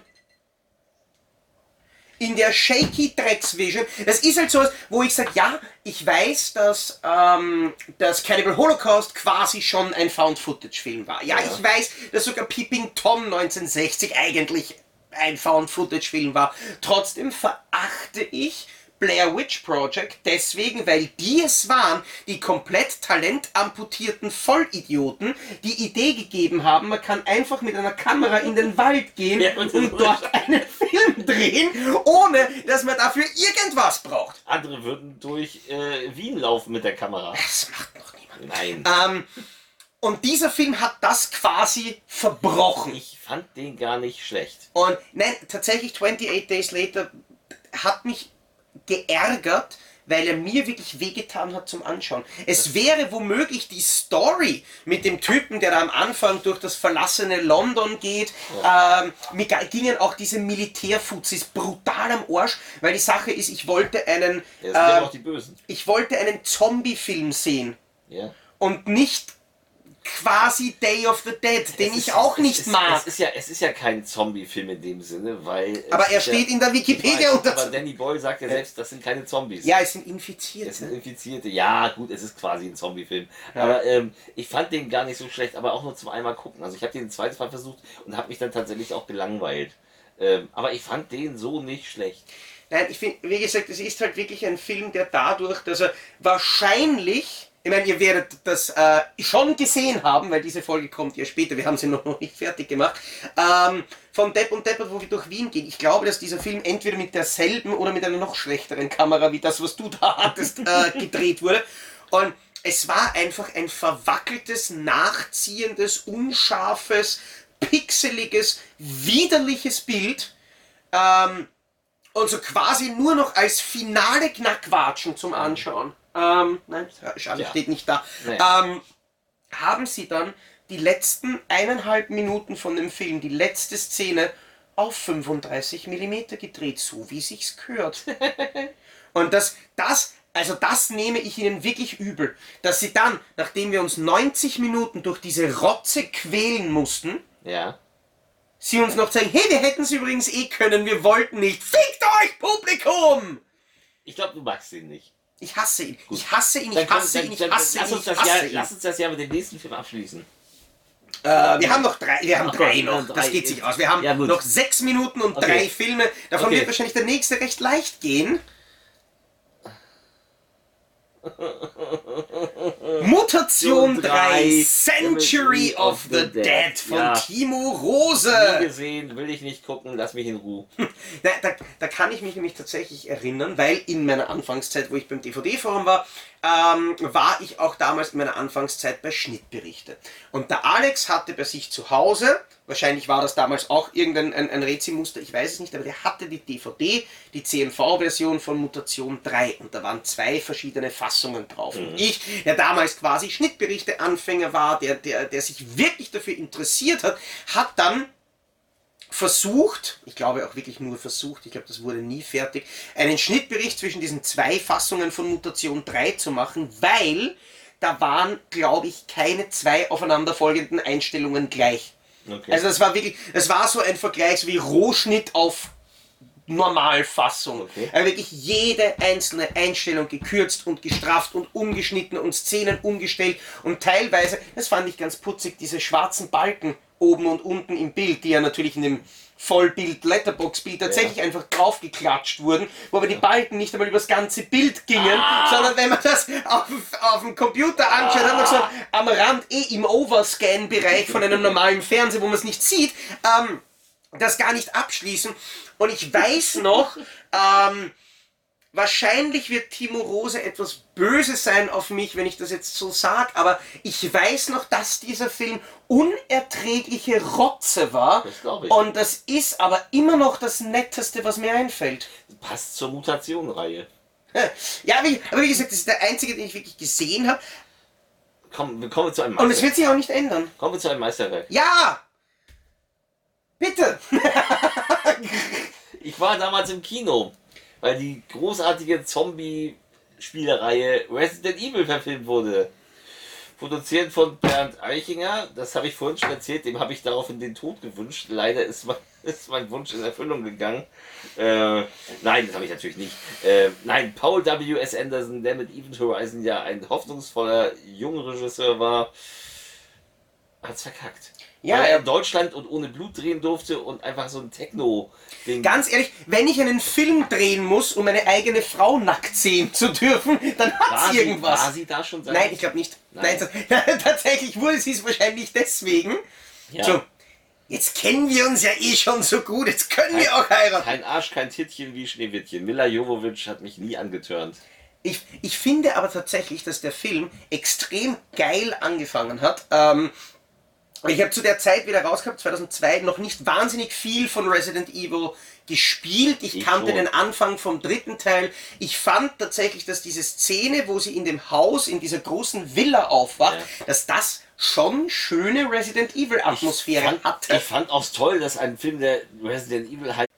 in der shaky Drecksvision. Das ist halt so, wo ich sage, ja, ich weiß, dass ähm, das Cannibal Holocaust quasi schon ein Found-Footage-Film war. Ja, Ja. ich weiß, dass sogar Peeping Tom neunzehnhundertsechzig eigentlich ein Found-Footage-Film war. Trotzdem verachte ich Blair Witch Project deswegen, weil die es waren, die komplett talentamputierten Vollidioten, die Idee gegeben haben, man kann einfach mit einer Kamera in den Wald gehen Ja, und und so- dort einen Film drehen, ohne dass man dafür irgendwas braucht. Andere würden durch äh, Wien laufen mit der Kamera. Das macht noch niemand. Nein. Ähm, und dieser Film hat das quasi verbrochen. Ich fand den gar nicht schlecht. Und nein, tatsächlich achtundachtzig Days Later hat mich geärgert, weil er mir wirklich wehgetan hat zum Anschauen. Es wäre womöglich die Story mit dem Typen, der da am Anfang durch das verlassene London geht. Ähm, mir ga- gingen auch diese Militärfuzis brutal am Arsch, weil die Sache ist, ich wollte einen, Ja, das sind ja äh, auch die Bösen. ich wollte einen Zombie-Film sehen Ja. und nicht quasi Day of the Dead, den Es ich ist- auch es nicht ist, mag. Es ist, ja, es ist ja kein Zombie-Film in dem Sinne, weil... es Aber er ist steht ja, in der Wikipedia Ich weiß, unter- Aber Danny Boyle sagt ja selbst, das sind keine Zombies. Ja, es sind Es sind Infizierte. Infizierte. Ja, gut, es ist quasi ein Zombie-Film. Aber ähm, ich fand den gar nicht so schlecht, aber auch nur zum einmal gucken. Also ich habe den ein zweites Mal versucht und habe mich dann tatsächlich auch gelangweilt. Ähm, aber ich fand den so nicht schlecht. Nein, ich finde, wie gesagt, es ist halt wirklich ein Film, der dadurch, dass er wahrscheinlich, ich meine, ihr werdet das äh, schon gesehen haben, weil diese Folge kommt ja später, wir haben sie noch nicht fertig gemacht, ähm, von Depp und Deppert, wo wir durch Wien gehen. Ich glaube, dass dieser Film entweder mit derselben oder mit einer noch schlechteren Kamera, wie das, was du da hattest, äh, gedreht wurde. Und es war einfach ein verwackeltes, nachziehendes, unscharfes, pixeliges, widerliches Bild. Ähm, und so quasi nur noch als finale Knackwatschen zum Anschauen. Ähm, nein, Charlie Ja. steht nicht da. Nee. Ähm, haben sie dann die letzten eineinhalb Minuten von dem Film, die letzte Szene, auf fünfunddreißig Millimeter gedreht, so wie sich's gehört. Und das, das, also das nehme ich ihnen wirklich übel, dass sie dann, nachdem wir uns neunzig Minuten durch diese Rotze quälen mussten, Ja. sie uns noch zeigen, hey, wir hätten es übrigens eh können, wir wollten nicht. Fickt euch, Publikum! Ich glaube, du magst den nicht. Ich hasse ihn. Gut. Ich hasse ihn, Dann ich komm, hasse dann- ihn, ich dann- hasse lass ihn, uns ich das Jahr, hasse ihn. Lass uns das Jahr mit dem nächsten Film abschließen. Äh, wir haben noch drei, wir haben Ach drei Gott, noch, äh, das drei. geht sich aus. Wir haben Ja, gut. noch sechs Minuten und Okay. drei Filme. Davon Okay. wird wahrscheinlich der nächste recht leicht gehen. Mutation drei, Century of the Dead von Ja. Timo Nie Rose. gesehen, will ich nicht gucken, lass mich in Ruhe. Na, da, da kann ich mich nämlich tatsächlich erinnern, weil in meiner Anfangszeit, wo ich beim D V D-Forum war, ähm, war ich auch damals in meiner Anfangszeit bei Schnittberichte. Und der Alex hatte bei sich zu Hause, wahrscheinlich war das damals auch irgendein ein, ein Rätselmuster, ich weiß es nicht, aber der hatte die D V D, die C M V-Version von Mutation drei und da waren zwei verschiedene Fassungen drauf. Und ich, der damals quasi Schnittberichte-Anfänger war, der, der, der sich wirklich dafür interessiert hat, hat dann versucht, ich glaube auch wirklich nur versucht, ich glaube, das wurde nie fertig, einen Schnittbericht zwischen diesen zwei Fassungen von Mutation drei zu machen, weil da waren, glaube ich, keine zwei aufeinanderfolgenden Einstellungen gleich. Okay. Also das war wirklich, das war so ein Vergleich so wie Rohschnitt auf Normalfassung. Okay. Also wirklich jede einzelne Einstellung gekürzt und gestrafft und umgeschnitten und Szenen umgestellt und teilweise, das fand ich ganz putzig, diese schwarzen Balken oben und unten im Bild, die ja natürlich in dem Vollbild Letterbox-Bild tatsächlich Ja. einfach draufgeklatscht wurden, wo aber die Balken nicht einmal über das ganze Bild gingen, Ah. sondern wenn man das auf, auf dem Computer anschaut, hat man so am Rand, eh im Overscan-Bereich von einem normalen Fernseher, wo man es nicht sieht, ähm, das gar nicht abschließen. Und ich weiß noch, ähm, wahrscheinlich wird Timo Rose etwas böse sein auf mich, wenn ich das jetzt so sage, aber ich weiß noch, dass dieser Film unerträgliche Rotze war. Das glaub ich. Und das ist aber immer noch das Netteste, was mir einfällt. Passt zur Mutation-Reihe. Ja, wie, aber wie gesagt, das ist der einzige, den ich wirklich gesehen habe. Komm, wir kommen zu einem Und es Meisterwerk. wird sich auch nicht ändern. Kommen wir zu einem Meisterwerk. Ja! Bitte! Ich war damals im Kino, weil die großartige Zombie-Spielereihe Resident Evil verfilmt wurde. Produziert von Bernd Eichinger, das habe ich vorhin schon erzählt, dem habe ich daraufhin den Tod gewünscht. Leider ist mein, ist mein Wunsch in Erfüllung gegangen. Äh, nein, das habe ich natürlich nicht. Äh, nein, Paul W S. Anderson, der mit Event Horizon ja ein hoffnungsvoller junger Regisseur war, hat's verkackt. Ja, weil er er- in Deutschland und ohne Blut drehen durfte und einfach so ein Techno-Ding. Ganz ehrlich, wenn ich einen Film drehen muss, um meine eigene Frau nackt sehen zu dürfen, dann war hat's sie, irgendwas. War sie da schon seit? Nein, ich glaube nicht. Nein. Nein. Nein, tatsächlich wurde sie es wahrscheinlich deswegen. Ja. So, jetzt kennen wir uns ja eh schon so gut, jetzt können wir auch heiraten. Kein Arsch, kein Tittchen wie Schneewittchen. Mila Jovovich hat mich nie angetörnt. Ich, ich finde aber tatsächlich, dass der Film extrem geil angefangen hat. Ähm, ich habe zu der Zeit wieder rausgehabt, zweitausendzwei, noch nicht wahnsinnig viel von Resident Evil gespielt. Ich, Ich kannte schon. den Anfang vom dritten Teil. Ich fand tatsächlich, dass diese Szene, wo sie in dem Haus, in dieser großen Villa aufwacht, Ja. dass das schon schöne Resident Evil Atmosphäre fand, hatte. Ich fand auch toll, dass ein Film, der Resident Evil halt.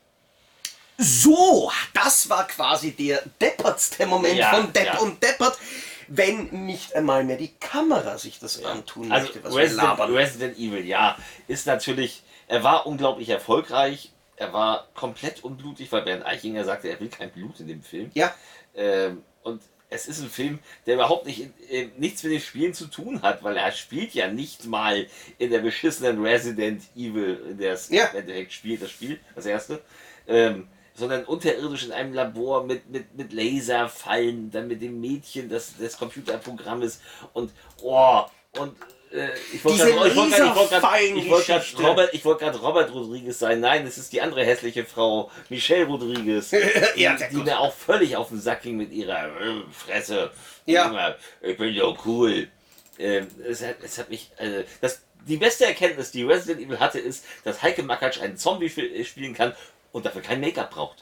So, das war quasi der deppertste Moment Ja, von Depp ja. und Deppert, wenn nicht einmal mehr die Kamera sich das antun Also möchte, was wir Resident, labern. Resident Evil, ja, ist natürlich. Er war unglaublich erfolgreich. Er war komplett unblutig, weil Bernd Eichinger sagte, er will kein Blut in dem Film. Ja, Ähm, und es ist ein Film, der überhaupt nicht, äh, nichts mit den Spielen zu tun hat, weil er spielt ja nicht mal in der beschissenen Resident Evil, in der es Ja. im Endeffekt spielt, das Spiel, das erste, ähm, sondern unterirdisch in einem Labor mit, mit, mit Laserfallen, dann mit dem Mädchen des, des Computerprogrammes und, oh, und äh, ich wollte Diese gerade ich wollte gerade- ich wollte gerade- ich wollte gerade Laserfallen-Geschichte. Robert, ich wollte gerade Robert Rodriguez sein, nein, es ist die andere hässliche Frau, Michelle Rodriguez, die, Ja, sehr die gut. mir auch völlig auf den Sack ging mit ihrer äh, Fresse. Ja. Immer, ich bin so cool. Ähm, es, hat, es hat mich. Äh, das, die beste Erkenntnis, die Resident Evil hatte, ist, dass Heike Makatsch einen Zombie sp- spielen kann und dafür kein Make-up braucht.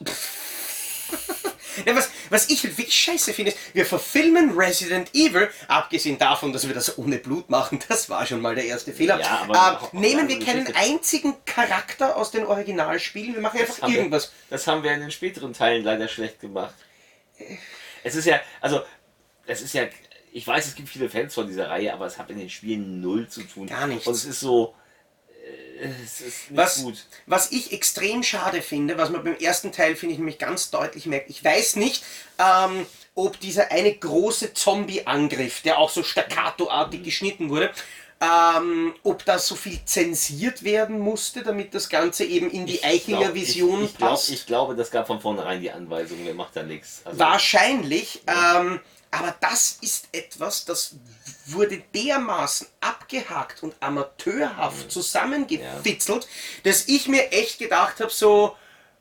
Ja, was, was ich halt wirklich scheiße finde, ist, wir verfilmen Resident Evil, abgesehen davon, dass wir das ohne Blut machen, das war schon mal der erste Fehler. Ja, aber ähm, auch- auch nehmen eine wir andere keinen Geschichte. einzigen Charakter aus den Originalspielen, wir machen einfach haben irgendwas. Wir, das haben wir in den späteren Teilen leider schlecht gemacht. Es ist ja, also, es ist ja, ich weiß, es gibt viele Fans von dieser Reihe, aber es hat in den Spielen null zu tun. Gar nichts. Und es ist so, äh, es ist nicht Was, gut. was ich extrem schade finde, was man beim ersten Teil, finde ich, nämlich ganz deutlich merkt, ich weiß nicht, ähm, ob dieser eine große Zombie-Angriff, der auch so staccatoartig geschnitten wurde, ähm, ob das so viel zensiert werden musste, damit das Ganze eben in die Eichinger Vision ich, ich, glaub, passt. ich glaube, das gab von vornherein die Anweisung, mir macht da nichts. Also, Wahrscheinlich, ähm, aber das ist etwas, das wurde dermaßen abgehakt und amateurhaft zusammengefitzelt, dass ich mir echt gedacht habe, so,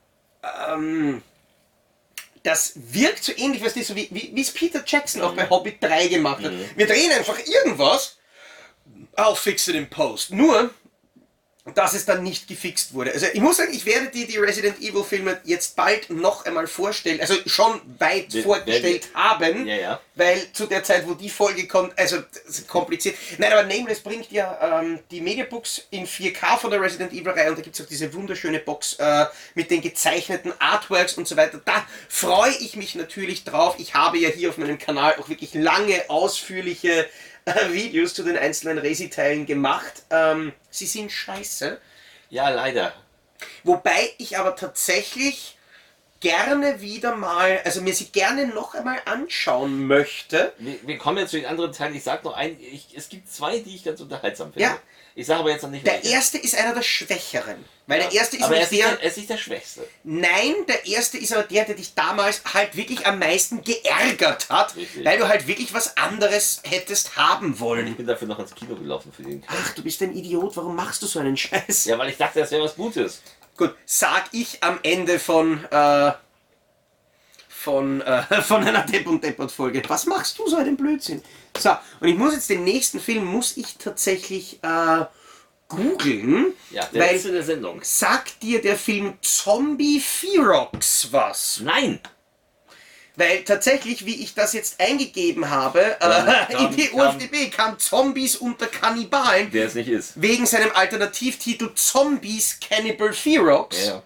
ähm, das wirkt so ähnlich, weißt du, so wie, wie wie es Peter Jackson auch bei Hobbit drei gemacht hat. Wir drehen einfach irgendwas, I'll fix it in post. Nur, dass es dann nicht gefixt wurde. Also ich muss sagen, ich werde die, die Resident Evil Filme jetzt bald noch einmal vorstellen, also schon weit Wir- vorgestellt haben, Ja, ja. weil zu der Zeit, wo die Folge kommt, also das ist kompliziert. Nein, aber Nameless bringt ja ähm, die Mediabooks in vier K von der Resident Evil Reihe und da gibt es auch diese wunderschöne Box äh, mit den gezeichneten Artworks und so weiter. Da freue ich mich natürlich drauf. Ich habe ja hier auf meinem Kanal auch wirklich lange, ausführliche äh, Videos zu den einzelnen Resi-Teilen gemacht. Ähm, sie sind scheiße. Ja, leider. Wobei ich aber tatsächlich gerne wieder mal, also mir sie gerne noch einmal anschauen möchte. Wir, wir kommen jetzt zu den anderen Teilen. Ich sag noch ein, ich, es gibt zwei, die ich ganz unterhaltsam finde. Ja. Ich sage aber jetzt noch nicht Der welche. erste ist einer der Schwächeren. Weil Ja, der erste ist aber er nicht ist nicht der, der, er ist nicht der Schwächste. Nein, der erste ist aber der, der dich damals halt wirklich am meisten geärgert hat, Richtig. weil du halt wirklich was anderes hättest haben Ich wollen. bin dafür noch ins Kino gelaufen für den. Ach, du bist ein Idiot, warum machst du so einen Scheiß? Ja, weil ich dachte, das wäre was Gutes. Gut, sag ich am Ende von, äh, von, äh, von einer Depp und Deppert Folge. Was machst du so einen Blödsinn? So, und ich muss jetzt den nächsten Film, muss ich tatsächlich äh, googeln, Ja, der weil ist in der Sendung. sagt dir der Film Zombie Ferox was? Nein! Weil tatsächlich, wie ich das jetzt eingegeben habe, Kam- äh, kam- in die kam- U F D B kam Zombies unter Kannibalen, Der es nicht ist. wegen seinem Alternativtitel Zombies Cannibal Ferox. Ja.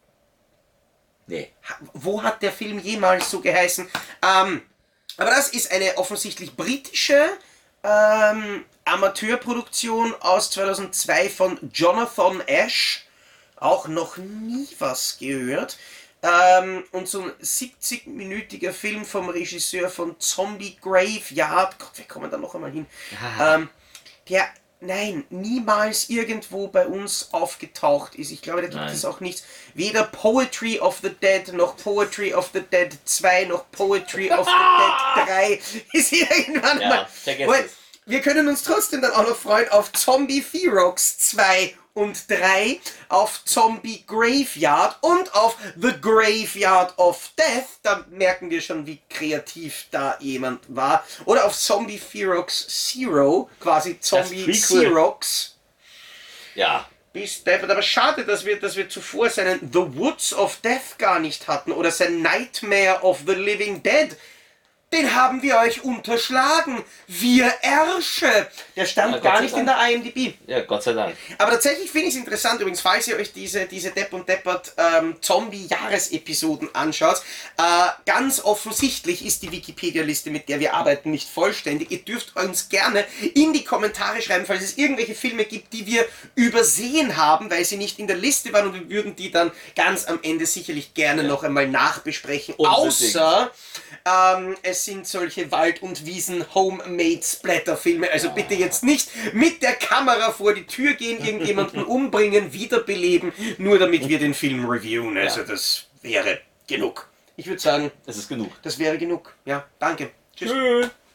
Nee. Ha- Wo hat der Film jemals so geheißen? Ähm, aber das ist eine offensichtlich britische ähm, Amateurproduktion aus zweitausendzwei von Jonathan Ash. Auch noch nie was gehört. Ähm, und so ein siebzig-minütiger Film vom Regisseur von Zombie Graveyard. Gott, wir kommen da noch einmal hin. Ah. Ähm, der, nein, niemals irgendwo bei uns aufgetaucht ist. Ich glaube, da gibt Nein. es auch nichts. Weder Poetry of the Dead, noch Poetry of the Dead zwei, noch Poetry of the Dead drei ist irgendwann Ja, mal. vergesst Weil es. wir können uns trotzdem dann auch noch freuen auf Zombie Ferox zwei und drei, auf Zombie Graveyard und auf The Graveyard of Death. Da merken wir schon, wie kreativ da jemand war. Oder auf Zombie Ferox Zero, quasi Zombie Prequel. Xerox. Ja. Bis deppert. Aber schade, dass wir, dass wir zuvor seinen The Woods of Death gar nicht hatten oder sein Nightmare of the Living Dead. Den haben wir euch unterschlagen. Wir Ärsche. Der stand Ja, Gott gar sei nicht Dank. in der I M D B. Ja, Gott sei Dank. Aber tatsächlich finde ich es interessant, übrigens, falls ihr euch diese, diese Depp und Deppert ähm, Zombie-Jahresepisoden anschaut, äh, ganz offensichtlich ist die Wikipedia-Liste, mit der wir arbeiten, nicht vollständig. Ihr dürft uns gerne in die Kommentare schreiben, falls es irgendwelche Filme gibt, die wir übersehen haben, weil sie nicht in der Liste waren, und wir würden die dann ganz am Ende sicherlich gerne Ja. noch einmal nachbesprechen. Unbedingt. Außer ähm, es sind solche Wald- und Wiesen-Homemade-Splatter-Filme. Also bitte jetzt nicht mit der Kamera vor die Tür gehen, irgendjemanden umbringen, wiederbeleben, nur damit wir den Film reviewen. Also Ja. das wäre genug. Ich würde sagen, Es ist genug. das wäre genug. Ja, danke. Tschüss. Tschüss.